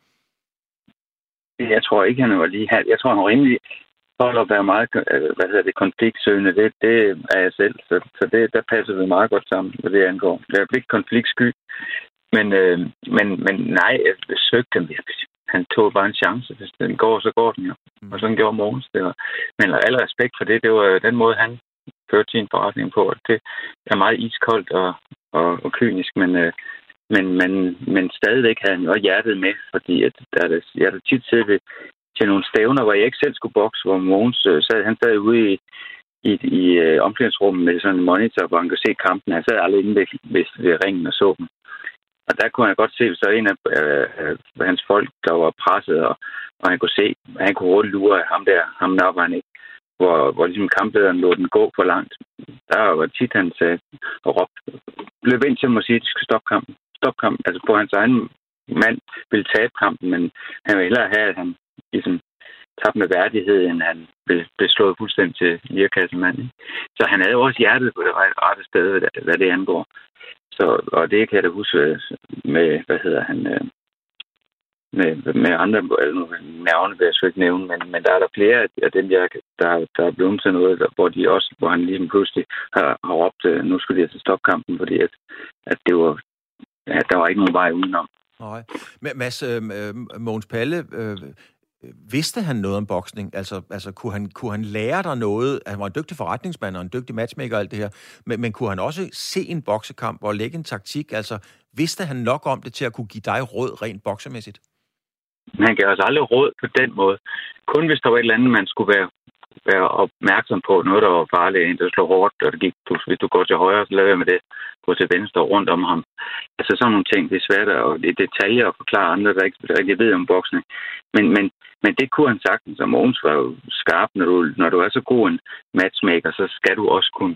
Jeg tror ikke, han var lige her. Jeg tror, han var rimelig for at være meget, hvad hedder det, konfliktsøgende. Det, det er jeg selv, så, så det, der passer vi meget godt sammen, hvad det angår. Jeg er ikke konfliktsky, men, øh, men, men nej, jeg søgte dem. Han tog bare en chance. Hvis den går, så går den jo. Mm. Og sådan gjorde Mogens. Det var. Men al respekt for det, det var den måde, han førte sin forretning på. Det er meget iskoldt og, og, og kynisk, men, øh, men, men, men stadigvæk havde han jo hjertet med, fordi at der, der, jeg har tit siddet ved, til nogle stævner, hvor jeg ikke selv skulle bokse, hvor Mogens øh, sad, han sad ude i, i, i øh, omklædningsrummet med sådan en monitor, hvor han kunne se kampen. Han sad aldrig inde ved, ved, ved ringen og så dem. Og der kunne jeg godt se, så en af øh, hans folk, der var presset, og, og han kunne se, at han kunne hurtigt lure ham der, ham napper han ikke, hvor, hvor ligesom kamplederen lå den gå for langt. Der var tit, han sagde og råbte, løb ind til ham og sige, at de skal stoppe kampen. Stop kampen. Altså på hans egen mand ville tabe kampen, men han ville hellere have, at han ligesom tabte med værdighed, end han blev, blev slået fuldstændig til lirakassemand. Så han havde jo også hjertet på det rette sted, hvad det angår. Så, og det kan jeg da huske med, hvad hedder han, med, med andre navne, vil jeg så ikke nævne, men, men der er der flere af dem, jeg, der, der er blevet til noget, hvor, de også, hvor han ligesom pludselig har, har råbt, nu skulle de altså stoppe kampen, fordi at, at det var, at der var ikke nogen vej udenom. Nej. Men Mads, øh, Mogens Palle, øh, vidste han noget om boksning? Altså, altså kunne, han, kunne han lære dig noget? Han var en dygtig forretningsmand og en dygtig matchmaker og alt det her, men, men kunne han også se en boksekamp og lægge en taktik? Altså, vidste han nok om det til at kunne give dig råd rent boksemæssigt? Han gav os aldrig råd på den måde. Kun hvis der var et eller andet, man skulle være, være opmærksom på, noget, der var farligt, en der slår hårdt, og det gik, hvis du går til højre, så lad være med det, gå til venstre rundt om ham. Altså sådan nogle ting, det er svært at det er detaljer at forklare andre, der ikke rigtig ved om boksning. Men, men, men det kunne han sagtens, og Mogens var jo skarp, når du, når du er så god en matchmaker, så skal du også kunne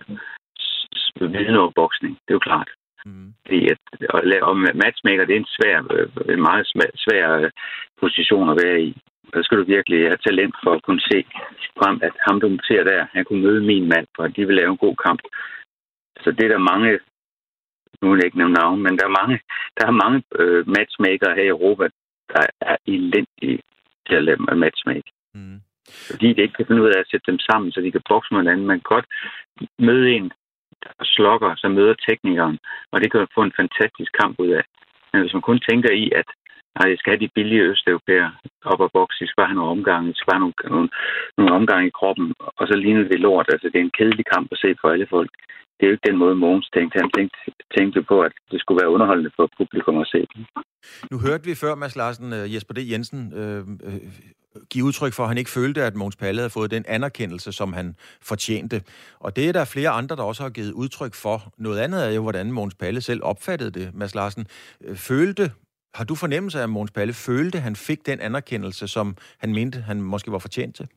vide noget om boksning. Det er jo klart. Mm. Fordi at, at lave om matchmaker, det er en svær, en meget svær position at være i. Der skal du virkelig have talent for at kunne se frem, at ham, du ser der, han kunne møde min mand, for at de vil lave en god kamp. Så det er der mange, nu vil jeg ikke nævne navn, men der er mange, der er mange øh, matchmakere her i Europa, der er elendige til at lave matchmake. Mm. Fordi de ikke kan finde ud af at sætte dem sammen, så de kan bokse med hinanden. Man kan godt møde en, der slokker, så møder teknikeren, og det kan få en fantastisk kamp ud af. Men hvis man kun tænker i, at nej, jeg skal have de billige østeuropæere op og bokse, jeg skal bare have nogle omgange, jeg skal bare have nogle, nogle, nogle omgange i kroppen, og så ligner det lort. Altså, det er en kedelig kamp at se for alle folk. Det er jo ikke den måde, Mogens tænkte. Han tænkte, tænkte på, at det skulle være underholdende for publikum at se det. Nu hørte vi før, Mads Larsen, Jesper D. Jensen, øh, øh, give udtryk for, at han ikke følte, at Mogens Palle havde fået den anerkendelse, som han fortjente. Og det er der flere andre, der også har givet udtryk for. Noget andet er jo, hvordan Mogens Palle selv opfattede det, Mads Larsen. Følte, har du fornemmelse af, at Mogens Palle følte, at han fik den anerkendelse, som han mente, han måske var fortjent til?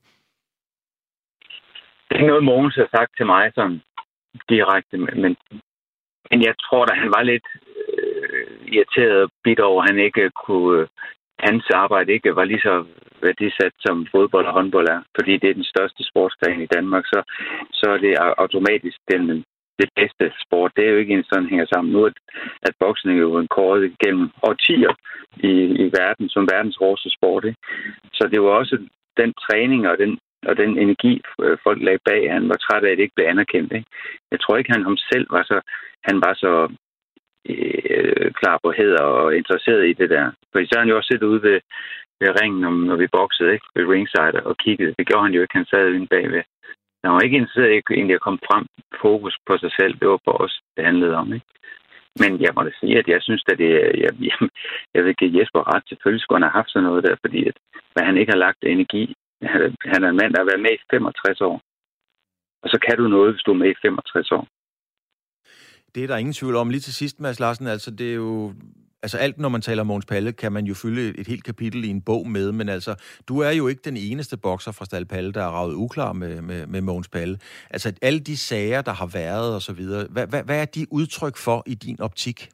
Det er noget, Mogens har sagt til mig sådan direkte, men, men jeg tror, at han var lidt øh, irriteret og bitter over, at han ikke kunne, øh, hans arbejde ikke var lige så værdisat som fodbold og håndbold er, fordi det er den største sportsgren i Danmark, så, så er det automatisk den, det bedste sport. Det er jo ikke en sådan hænger sammen nu, at, at boksning er jo en kåret gennem årtier i, i verden som verdens hårdeste sport. Ikke? Så det var også den træning og den og den energi, folk lagde bag, han var træt af, at det ikke blev anerkendt. Ikke? Jeg tror ikke, han ham selv var så, han var så øh, klar på heder og interesseret i det der. For så har han jo også siddet ude ved, ved ringen, når vi boksede, ikke? Ved ringside og kiggede. Det gjorde han jo ikke, han sad inde bagved. Han var ikke interesseret i egentlig at komme frem, fokus på sig selv. Det var på os, det handlede om. Ikke? Men jeg må da sige, at jeg synes, at det er, jeg, jeg, jeg vil give Jesper ret. Selvfølgelig skulle han have haft sådan noget der, fordi at, hvad han ikke har lagt energi. Han er en mand, der har været med i femogtres år. Og så kan du noget, hvis du er med i femogtres år. Det er der ingen tvivl om. Lige til sidst, Mads Larsen, altså det er jo... Altså alt, når man taler om Mogens Palle, kan man jo fylde et, et helt kapitel i en bog med, men altså, du er jo ikke den eneste bokser fra Stal Palle, der er raget uklar med, med, med Mogens Palle. Altså alle de sager, der har været og så videre, hvad, hvad, hvad er de udtryk for i din optik?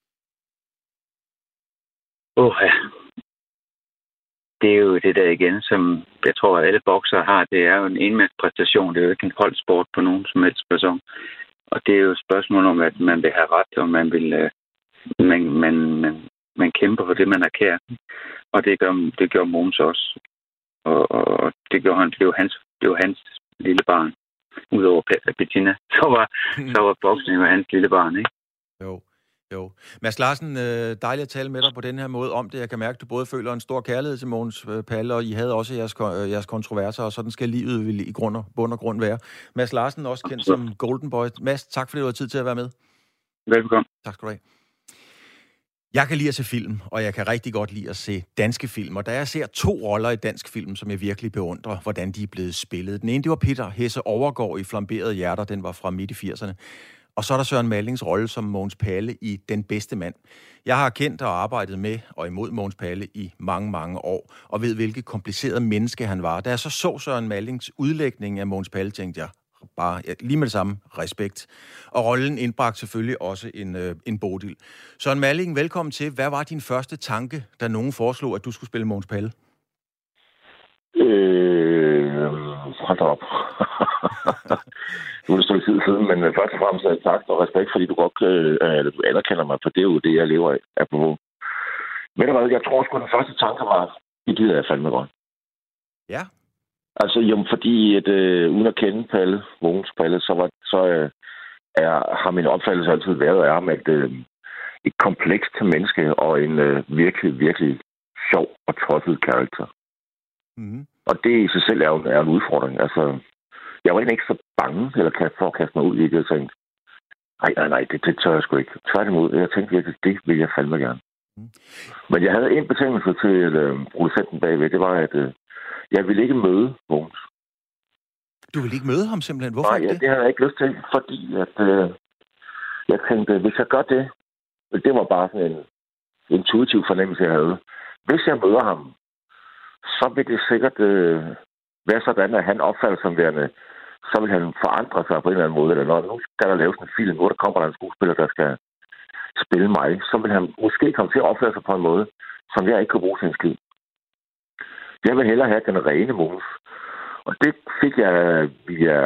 Åh, oh, ja. Det er jo det der igen, som jeg tror, at alle bokser har. Det er jo en enmandspræstation. Det er jo ikke en holdsport på nogen som helst person. Og det er jo et spørgsmål om, at man vil have ret, og man vil... Man, man, man, man kæmper for det, man er kær. Og det gør, det gør Mogens også. Og, og det gjorde han. Det var hans, det var hans lille barn. Udover Bettina, så var, så var boksning hans lille barn, ikke? Jo. Jo. Mads Larsen, dejligt at tale med dig på den her måde om det. Jeg kan mærke, at du både føler en stor kærlighed til Mogens Palle, og I havde også jeres, jeres kontroverser, og sådan skal livet i grund og, bund og grund være. Mads Larsen, også kendt som Golden Boy. Mads, tak fordi du har tid til at være med. Velbekomme. Tak skal du have. Jeg kan lide at se film, og jeg kan rigtig godt lide at se danske film. Og da jeg ser to roller i dansk film, som jeg virkelig beundrer, hvordan de er blevet spillet. Den ene, det var Peter Hesse Overgaard i Flamberede Hjerter, den var fra midt i firserne. Og så er der Søren Mallings rolle som Mogens Palle i Den bedste mand. Jeg har kendt og arbejdet med og imod Mogens Palle i mange, mange år, og ved, hvilket kompliceret menneske han var. Da jeg så så Søren Mallings udlægning af Mogens Palle, tænkte jeg bare ja, lige med det samme respekt. Og rollen indbragte selvfølgelig også en, øh, en bodil. Søren Malling, velkommen til. Hvad var din første tanke, da nogen foreslog, at du skulle spille Mogens Palle? Øh, hold da op. Nu er det et stykke tid siden, men først og fremmest tak og respekt, fordi du godt øh, du anerkender mig, for det er jo det, jeg lever af. Apropos Ved du hvad, jeg tror sgu, den første tanke var, det gider jeg fandme godt. Ja. Altså, jo, fordi at, øh, uden at kende Palle, Mogens Palle, så, var, så øh, er, har min opfattelse altid været af ham, at øh, et komplekst menneske og en øh, virkelig, virkelig sjov og tosset karakter. Mm. Og det i sig selv er jo er en udfordring. Altså, jeg var egentlig ikke så bange eller for at kaste mig ud i det. Jeg tænkte, nej, nej, nej, det, det tør jeg sgu ikke. Tværtimod, jeg tænkte virkelig, det vil jeg fandme gerne. Mm. Men jeg havde en betingelse til øh, producenten bagved. Det var, at øh, jeg ville ikke møde Mogens. Du ville ikke møde ham simpelthen? Hvorfor nej, ikke det? Nej, det havde jeg ikke lyst til, fordi at, øh, jeg tænkte, hvis jeg gør det, det var bare sådan en intuitiv fornemmelse, jeg havde. Hvis jeg møder ham, så vil det sikkert øh, være sådan, at han opfatter som værende, så vil han forandre sig på en eller anden måde. Eller når nu skal der laves en film, nu der kommer der en skuespiller, der skal spille mig, så vil han måske komme til at opføre sig på en måde, som jeg ikke kunne bruge til en skid. Jeg vil hellere have den rene Mogens. Og det fik jeg via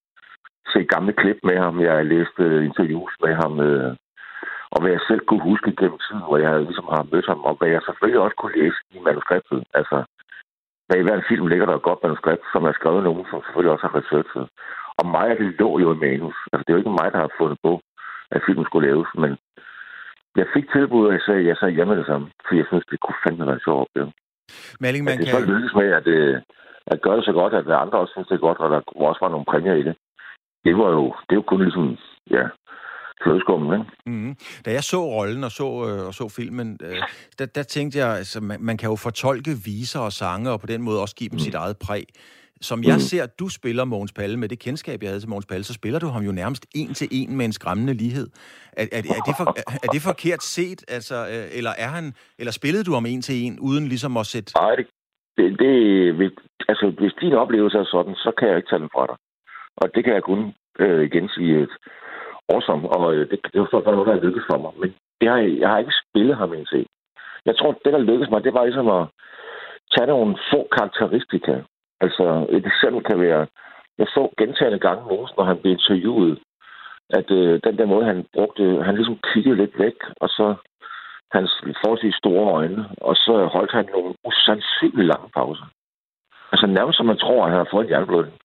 se gamle klip med ham. Jeg læste interviews med ham, øh, og hvad jeg selv kunne huske gennem tiden, hvor jeg ligesom har mødt ham, og hvad jeg selvfølgelig også kunne læse i manuskriptet. Altså, bag hver en film ligger der et godt manuskript, som er skrevet nogen, som selvfølgelig også har researchet. Og mig er det lå jo i manus. Altså, det er jo ikke mig, der har fundet på, at filmen skulle laves, men jeg fik tilbud, og jeg sagde, jeg sagde hjemme det samme, fordi jeg synes, det kunne fandme være en sjov opgave. Malling, man det kan... så lykkes med, at, at gøre det så godt, at andre også synes, det er godt, og der også var nogle præmier i det. Det var jo, det er jo kun ligesom, ja, flødeskummen, ikke? Mm-hmm. Da jeg så rollen og så, øh, og så filmen, øh, der, der tænkte jeg, altså, man, man kan jo fortolke viser og sange, og på den måde også give dem mm. sit eget præg. Som jeg mm. ser, du spiller Mogens Palle, med det kendskab, jeg havde til Mogens Palle, så spiller du ham jo nærmest en til en med en skræmmende lighed. Er, er, er, det, for, er det forkert set, altså, eller er han, eller spillede du ham en til en, uden ligesom at sætte... Nej, det, det, det altså, hvis din oplevelse er sådan, så kan jeg ikke tage den fra dig. Og det kan jeg kun øh, igen sige et awesome, og øh, det, det er jo noget, der er lykkes for mig. Men det har, jeg har ikke spillet ham en til. Jeg tror, det, der lykkedes mig, det var ligesom at tage nogle få karakteristika. Altså, et eksempel kan være, jeg så gentagende gange Mogens, når han blev interviewet, at øh, den der måde, han brugte, han ligesom kiggede lidt væk, og så hans forholdsvis store øjne, og så holdt han nogle usandsynligt lange pauser. Altså nærmest som man tror, at han har fået en hjerneblødning.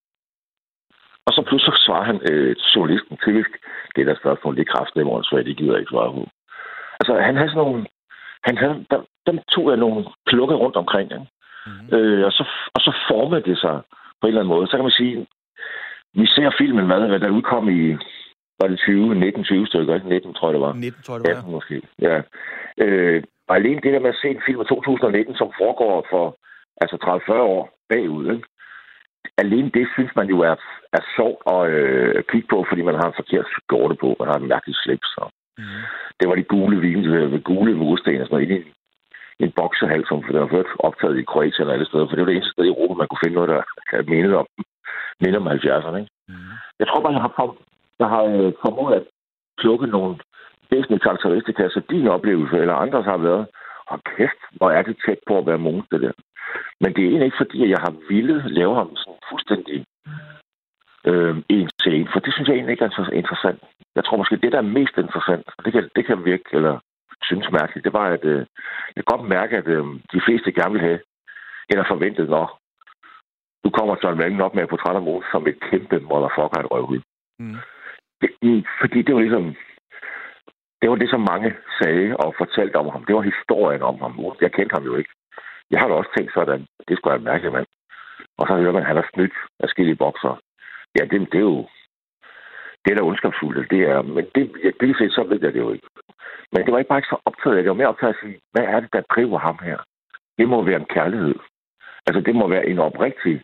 Og så pludselig svarer han øh, journalisten typisk, det der spørgsmål, det er kraftigt i morgen, så det gider jeg ikke svare på. Altså han havde sådan nogle, han havde, der, dem tog jeg nogle klukke rundt omkring, ikke? Mm-hmm. Øh, og, så, og så formede det sig på en eller anden måde. Så kan man sige, vi ser filmen, hvad, hvad der udkom i, var det tyve, nitten, tyve stykker, ikke? nitten tror jeg det var. nitten tror jeg det var, ja. Måske, ja. Øh, og alene det der med at se en film af to tusind nitten, som foregår for altså tredive til fyrre år bagud, ikke? Alene det synes man jo er, er sjovt at øh, kigge på, fordi man har en forkert skjorte på, man har en mærkelig slips. Og mm. Det var de gule vine, gule mursten og sådan noget, inde i en boksehal, som der var ført optaget i Kroatien eller alle steder, for det var det eneste sted i Europa, man kunne finde noget, der kan minde om, minde om halvfjerdserne. Ikke? Mm. Jeg tror bare, jeg har, for, jeg har øh, formået at plukke nogle væsentlige karakteristika, så din oplevelse eller andres har været, og kæft, hvor er det tæt på at være Mogens, det der. Men det er egentlig ikke fordi, at jeg har villet lave ham sådan fuldstændig øh, en til en, for det synes jeg egentlig ikke er så interessant. Jeg tror måske, det der er mest interessant, det kan, det kan virke, eller synes mærkeligt, det var, at øh, jeg kan godt mærke, at øh, de fleste gerne vil have, eller forventet, når nu kommer John Malling op med et portræt af Mogens som et kæmpe motherfucker et røvhul. Mm. Det, fordi det var ligesom, det var det, som mange sagde og fortalte om ham. Det var historien om ham. Jeg kendte ham jo ikke. Jeg har da også tænkt sådan, det skulle jeg mærke, mand. Og så hører man, at han har snydt af skille bokser. Ja, det, det er jo, det er da ondskabsfuldt, det er, men det, ja, det set, så ved jeg det jo ikke. Men det var ikke bare ikke så optaget af det. Det var mere optaget at sige, hvad er det, der driver ham her? Det må være en kærlighed. Altså, det må være en oprigtig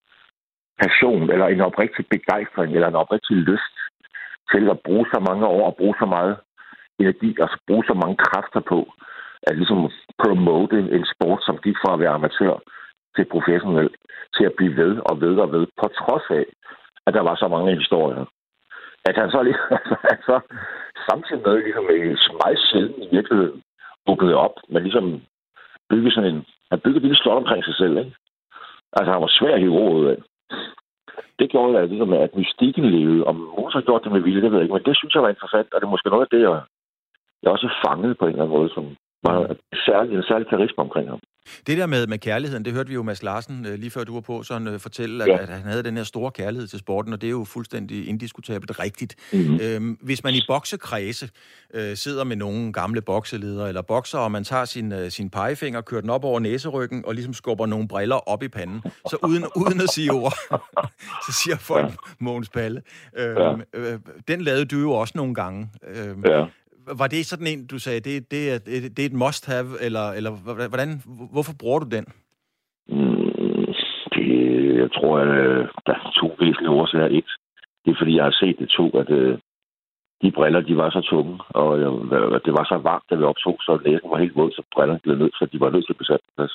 passion, eller en oprigtig begejstring, eller en oprigtig lyst til at bruge så mange år, og bruge så meget energi, og bruge så mange kræfter på, at ligesom promote en sport, som gik fra at være amatør til professionel, til at blive ved og ved og ved, på trods af, at der var så mange historier. At han så, lige, altså, så samtidig med, ligesom meget sjældent i virkeligheden, åbnede op, men ligesom byggede sådan en, han byggede et lille slot omkring sig selv, ikke? Altså, han var svær at hive ud af. Det gjorde jeg ligesom, at mystikken levede. Om Mogens har gjort det med vilje, det ved jeg ikke, men det synes jeg var interessant, og det er måske noget af det, jeg, jeg også fangede på en eller anden måde, som Meget særlig, en særlig karisma omkring ham. Det der med, med kærligheden, det hørte vi jo Mads Larsen, øh, lige før du var på, sådan øh, fortælle, at, ja. at han havde den her store kærlighed til sporten, og det er jo fuldstændig indiskutabelt rigtigt. Mm-hmm. Øhm, hvis man i boksekredse øh, sidder med nogle gamle bokseledere eller bokser, og man tager sin, øh, sin pegefinger, kører den op over næseryggen, og ligesom skubber nogle briller op i panden, så uden, uden at sige ord, så siger folk, ja. Mogens Palle. Øh, ja. øh, den lavede du jo også nogle gange. Øh, ja. Var det sådan en, du sagde, det, det, er, det er et must-have, eller, eller hvordan, hvorfor bruger du den? Mm, det, jeg tror, at der er to væsentlige årsager. Et, det er, fordi jeg har set det to, at uh, de briller, de var så tunge, og uh, det var så varmt, da vi optog, så næsen var helt våd, så brillerne blev nødt, så de var nødt til at besætte plads.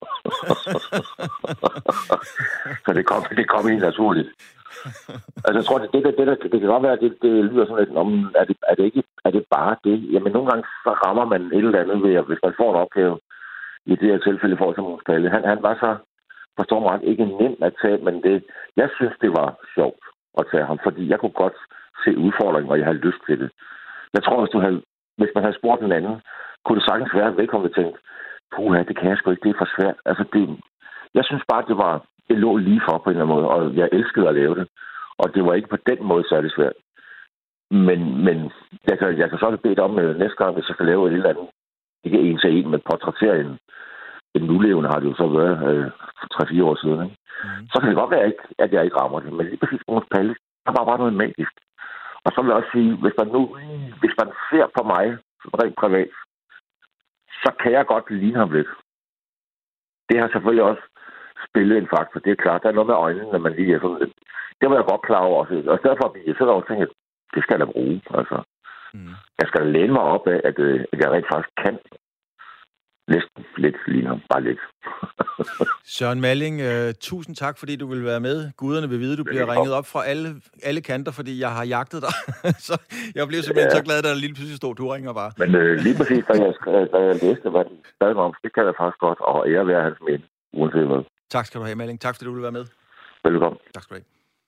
Så det kom, det kom helt naturligt. Altså, jeg tror, det, det, det, det, det kan godt være, at det, det lyder sådan lidt, om, er det, er det ikke, er det bare det? Jamen, nogle gange så rammer man et eller andet ved, at hvis man får en opgave, i det her tilfælde for som Mogens Palle. Han, han var så, forstår mig ret, ikke nem at tage, men det, jeg synes, det var sjovt at tage ham, fordi jeg kunne godt se udfordringen, og jeg havde lyst til det. Jeg tror, hvis, du havde, hvis man havde spurgt den anden, kunne det sagtens være, at vedkommende tænkte, puha, det kan jeg sgu ikke, det er for svært. Altså, det, jeg synes bare, det var, det lå lige for på en eller anden måde, og jeg elskede at lave det. Og det var ikke på den måde særlig svært. Men, men jeg, kan, jeg kan så have bedt om uh, næste gang, hvis jeg kan lave et eller andet, ikke en til en, men portrættere en, en nulevende, har det jo så været øh, for tre-fire år siden. Ikke? Mm. Så kan det godt være, ikke, at jeg ikke rammer det. Men lige præcis Mogens Palle, der var bare noget magisk. Og så vil jeg også sige, hvis man nu, hvis man ser på mig, rent privat, så kan jeg godt lide ham lidt. Det har selvfølgelig også spillet en faktor. Det er klart, der er noget med øjnene, når man lige er sådan lidt. Det var jeg godt klar over også. Og i stedet for at blive så tænkte jeg, det skal jeg da bruge. Altså, mm. Jeg skal læne mig op af, at, at jeg rent faktisk kan næsten lidt lige ham. Bare lidt. Søren Malling, uh, tusind tak, fordi du vil være med. Guderne vil vide, du bliver ringet op fra alle, alle kanter, fordi jeg har jagtet dig. Så jeg blev simpelthen ja. så glad, da der lige pludselig stod, du ringer bare. Men øh, lige præcis, da jeg, da jeg læste, hvad den bad mig om, det kan jeg faktisk godt, og ære være hans mænd, uanset hvad. Tak skal du have, Malling. Tak, fordi du vil være med. Velkommen. Tak skal du have.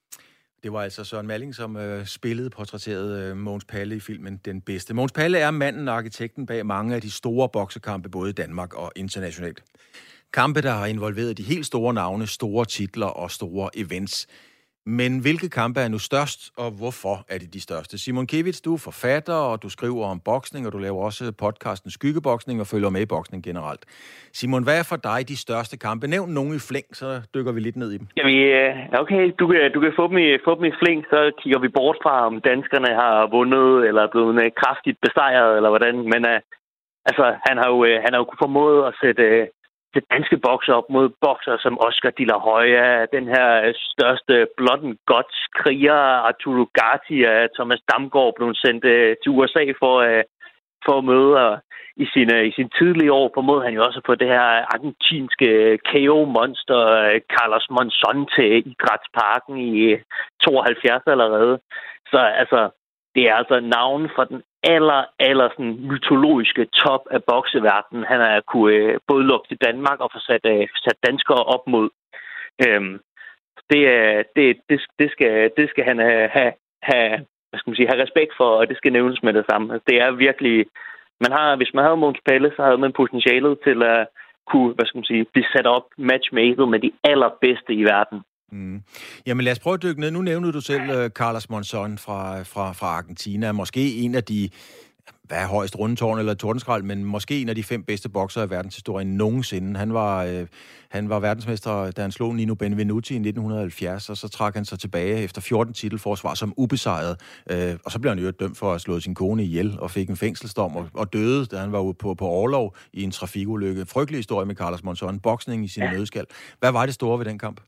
Det var altså Søren Malling, som øh, spillede portrætteret øh, Mogens Palle i filmen Den Bedste. Mogens Palle er manden og arkitekten bag mange af de store boksekampe, både i Danmark og internationalt. Kampe, der har involveret de helt store navne, store titler og store events. Men hvilke kampe er nu størst, og hvorfor er de de største? Simon Kivitz, du er forfatter, og du skriver om boksning, og du laver også podcasten Skyggeboksning og følger med i boksning generelt. Simon, hvad er for dig de største kampe? Nævn nogle i flæng, så dykker vi lidt ned i dem. Jamen, okay, du kan, du kan få, dem i, få dem i flæng, så kigger vi bort fra, om danskerne har vundet, eller er blevet kraftigt besejret, eller hvordan. Men uh, altså, han har jo, han har jo formået at sætte Uh, det danske bokser op mod bokser som Oscar De La Hoya, den her største blood and guts kriger, Arturo Gatti og Thomas Damgaard blev sendt uh, til U S A for, uh, for at møde, og i sine, i sine tidlige år formåede han jo også på det her argentinske K O-monster Carlos Monzon til Idrætsparken i tooghalvfjerds allerede. Så altså, det er altså navn fra den aller, aller sådan, mytologiske top af bokseverdenen. Han har kunne øh, både lukke til Danmark og få sat, øh, sat danskere op mod. Øhm, det, det, det, det, skal, det skal han have, have, hvad skal man sige, have respekt for, og det skal nævnes med det samme. Det er virkelig... Man har, hvis man havde Mogens Palle, så havde man potentialet til at kunne, hvad skal man sige, blive sat op matchmaket med de allerbedste i verden. Mm. Jamen lad os prøve at dykke ned. Nu nævnte du selv uh, Carlos Monzon fra, fra, fra Argentina. Måske en af de, hvad er højst rundetårn eller tordenskrald, men måske en af de fem bedste boksere i verdenshistorien nogensinde. Han var, øh, han var verdensmester, da han slog Nino Benvenuti i nitten halvfjerds, og så trak han sig tilbage efter fjorten titelforsvar som ubesejret. Øh, og så blev han jo dømt for at slå sin kone ihjel og fik en fængselsdom og, og døde, da han var ude på, på orlov i en trafikulykke. Frygtelig historie med Carlos Monzon. Boksning i sin ja. nødskal. Hvad var det store ved den kamp?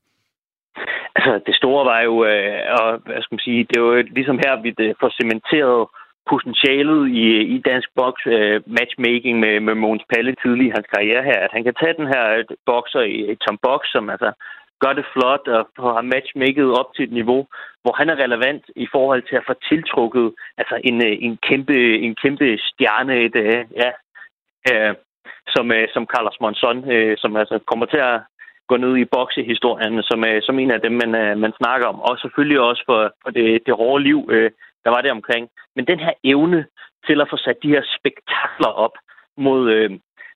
Altså, det store var jo, øh, og hvad skal man sige, det var jo ligesom her, vi får cementeret potentialet i, i dansk boks øh, matchmaking med, med Mogens Palle tidlig i hans karriere her, at han kan tage den her bokser i, i Tom Box, som altså gør det flot og har matchmaket op til et niveau, hvor han er relevant i forhold til at få tiltrukket altså en, en, kæmpe, en kæmpe stjerne, et, øh, ja, øh, som, øh, som Carlos Monzon, øh, som altså kommer til at gå ned i boksehistorien som, som en af dem, man, man snakker om. Og selvfølgelig også for, for det, det hårde liv, øh, der var det omkring. Men den her evne til at få sat de her spektakler op mod, øh,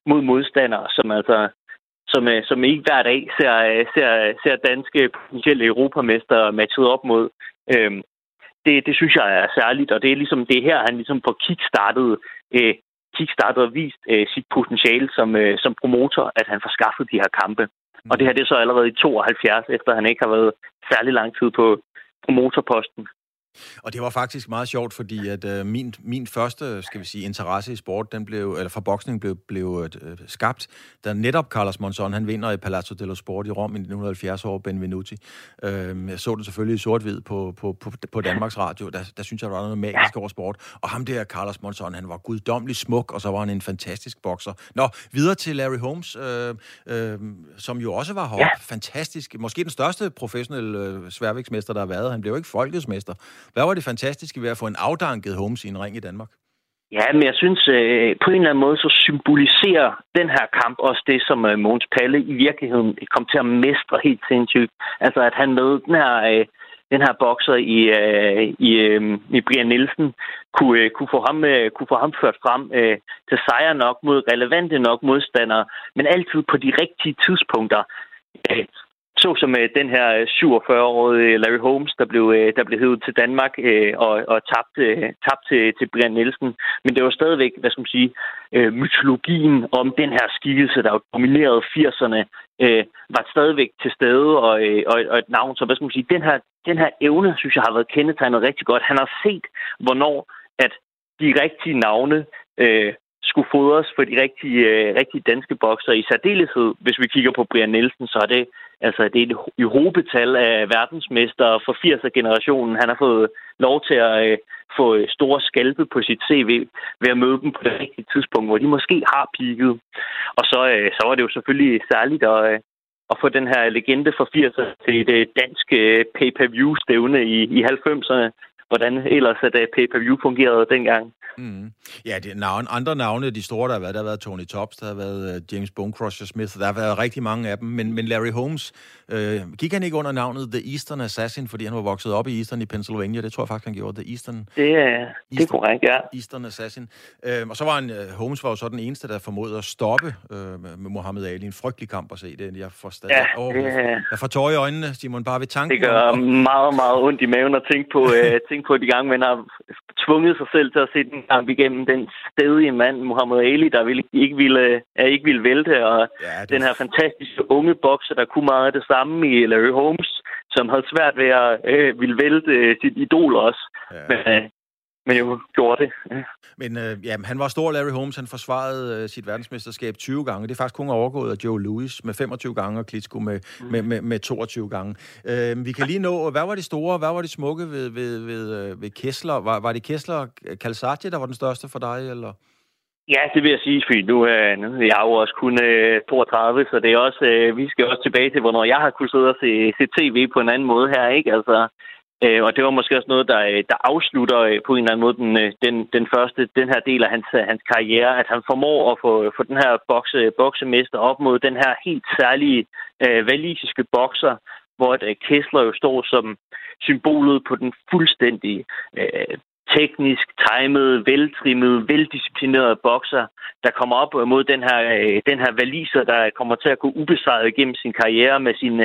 mod modstandere, som altså som, som ikke hver dag ser, ser, ser danske potentielle europamestre matchet op mod. Øhm, det, det synes jeg er særligt, og det er ligesom det her, han ligesom får kickstartet, øh, kickstartet og vist øh, sit potentiale som, øh, som promotor, at han får skaffet de her kampe. Mm. Og det her det er så allerede i tooghalvfjerds, efter han ikke har været særlig lang tid på promotorposten. Og det var faktisk meget sjovt, fordi at øh, min, min første, skal vi sige, interesse i sport, den blev, eller for boksning blev, blev øh, skabt, da netop Carlos Monzon, han vinder i Palazzo dello Sport i Rom i nitten halvfjerds over Benvenuti. Øh, jeg så det selvfølgelig i sort-hvid på, på, på, på Danmarks Radio, der, der synes jeg, der var noget magisk over sport. Og ham der, Carlos Monzon, han var guddommelig smuk, og så var han en fantastisk bokser. Nå, videre til Larry Holmes, øh, øh, som jo også var heroppe. Ja. Fantastisk. Måske den største professionelle øh, sværvægtsmester, der har været. Han blev jo ikke folkets mester. Hvad var det fantastiske ved at få en afdanket Holmes i en ring i Danmark? Ja, men jeg synes, øh, på en eller anden måde, så symboliserer den her kamp også det, som øh, Mogens Palle i virkeligheden kom til at mestre helt sindssygt. Altså, at han med den her, øh, den her bokser i, øh, i, øh, i Brian Nielsen kunne, øh, kunne, få ham, øh, kunne få ham ført frem øh, til sejr nok mod relevante nok modstandere, men altid på de rigtige tidspunkter. Øh, Så som uh, den her syvogfyrre-årige Larry Holmes, der blev, uh, der blev hævet til Danmark uh, og, og tabt, uh, tabt til, til Brian Nielsen. Men det var stadigvæk, hvad skal man sige, uh, mytologien om den her skikkelse, der dominerede firserne, uh, var stadigvæk til stede og, uh, og, og et navn. Så hvad skal man sige, den her, den her evne, synes jeg, har været kendetegnet rigtig godt. Han har set, hvornår at de rigtige navne uh, skulle fodres for de rigtige, uh, rigtige danske bokser. I særdeleshed, hvis vi kigger på Brian Nielsen, så er det altså det er et hobetal af verdensmestre for firser-generationen. Han har fået lov til at uh, få store skalpe på sit C V ved at møde dem på det rigtige tidspunkt, hvor de måske har peaket. Og så, uh, så var det jo selvfølgelig særligt at, uh, at få den her legende for firser til et uh, dansk uh, pay-per-view-stævne i, i halvfemserne. Hvordan ellers at uh, pay-per-view fungerede dengang. Mm. Ja, det er navn, andre navne, de store, der har været, der har været Tony Tops, der har været uh, James Bonecrusher Smith, der har været rigtig mange af dem, men, men Larry Holmes, øh, gik han ikke under navnet The Eastern Assassin, fordi han var vokset op i Eastern i Pennsylvania? Det tror jeg faktisk, han gjorde. The Eastern... Det er, det er korrekt, ja. Eastern Assassin. Øh, og så var han, uh, Holmes var jo så den eneste, der formåede at stoppe øh, med Muhammad Ali. En frygtelig kamp at se det. Jeg får stadig... Ja, oh, det... Jeg får tøj i øjnene, Simon, bare ved tanken. Det gør om, meget, meget ondt i maven at tænke på, øh, tænke på de gange, man har tvunget sig selv til at se den kamp igennem den stedige mand, Muhammad Ali, der ville, ikke, ville, er ikke ville vælte, og ja, den her fantastiske unge bokser, der kunne meget af det samme i Larry Holmes, som havde svært ved at øh, ville vælte øh, sit idol også. Ja. Men, øh, men jo gjorde det. Ja. Men øh, ja, han var stor, Larry Holmes. Han forsvarede øh, sit verdensmesterskab tyve gange. Det er faktisk kun overgået af Joe Louis med femogtyve gange, og Klitschko med, mm. med, med, med toogtyve gange. Øh, vi kan lige nå, hvad var de store, hvad var de smukke ved, ved, ved, ved Kessler? Var, var det Kessler og Calzaghe, der var den største for dig, eller? Ja, det vil jeg sige, fordi nu er jeg jo også kun øh, toogtredive, så det er også, øh, vi skal også tilbage til, hvornår jeg har kunnet sidde og se, se tv på en anden måde her, ikke? Altså, øh, og det var måske også noget, der, der afslutter øh, på en eller anden måde den, den, den første, den her del af hans, hans karriere, at han formår at få, få den her bokse, boksemester op mod den her helt særlige øh, walisiske bokser, hvor øh, Kessler jo står som symbolet på den fuldstændige øh, teknisk, timet, veltrimmet, veldisciplinerede bokser, der kommer op mod den her, den her waliser, der kommer til at gå ubesejret gennem sin karriere med sin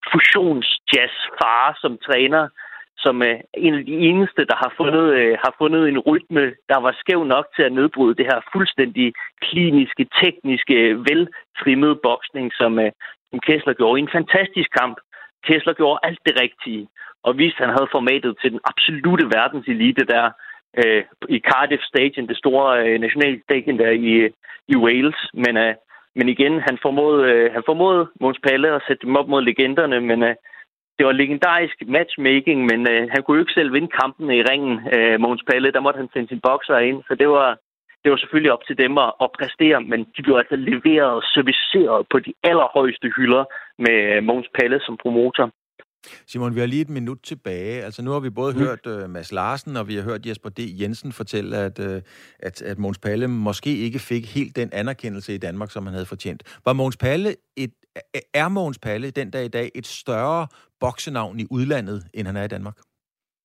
fusionsjazz-far som træner, som en af de eneste, der har fundet, har fundet en rytme, der var skæv nok til at nedbryde det her fuldstændig kliniske, tekniske, veltrimmede boksning, som, som Kessler gjorde i en fantastisk kamp. Kessler gjorde alt det rigtige, og viste, at han havde formatet til den absolute verdenselite der øh, i Cardiff Stadion, det store øh, nationale stadion der i, i Wales. Men, øh, men igen, han formåede, øh, han formåede Mogens Palle at sætte dem op mod legenderne, men øh, det var legendarisk matchmaking, men øh, han kunne jo ikke selv vinde kampen i ringen, øh, Mogens Palle. Der måtte han sende sin bokser ind, så det var, det var selvfølgelig op til dem at, at præstere, men de blev altså leveret og serviceret på de allerhøjeste hylder med øh, Mogens Palle som promotor. Simon, vi har lige et minut tilbage. Altså nu har vi både mm. hørt uh, Mads Larsen, og vi har hørt Jesper D. Jensen fortælle, at, uh, at, at Mogens Palle måske ikke fik helt den anerkendelse i Danmark, som han havde fortjent. Var Mogens Palle et, er Mogens Palle den dag i dag et større boksenavn i udlandet, end han er i Danmark?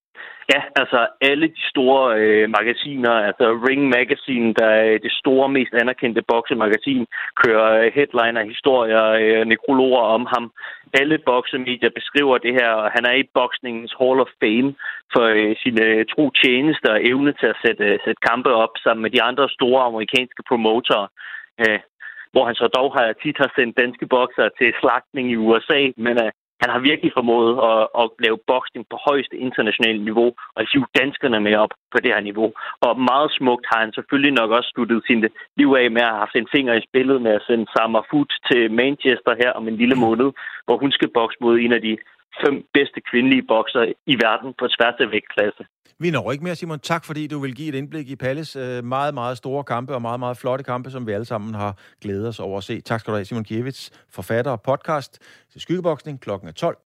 ja, altså alle de store øh, magasiner, altså Ring Magazine, der er det store, mest anerkendte boksemagasin, kører øh, headliner, historier, øh, nekrologer om ham. Alle boksemedier beskriver det her, og han er i boksningens Hall of Fame for øh, sine øh, tro tjenester og evne til at sætte, øh, sætte kampe op sammen med de andre store amerikanske promotere. Øh, hvor han så dog har tit har sendt danske boksere til slagtning i U S A, men øh, han har virkelig formået at, at lave boksning på højeste internationale niveau og hive danskerne med op på det her niveau. Og meget smukt har han selvfølgelig nok også sluttet sin liv af med at have haft en finger i spillet med at sende Summer Foot til Manchester her om en lille måned, hvor hun skal bokse mod en af de fem bedste kvindelige bokser i verden på tværs af vægtklasse. Vi når ikke mere, Simon. Tak, fordi du vil give et indblik i Palles meget, meget store kampe og meget, meget flotte kampe, som vi alle sammen har glædet os over at se. Tak skal du have, Simon Kiewicz, forfatter og podcast til Skyggeboksning. Klokken er tolv.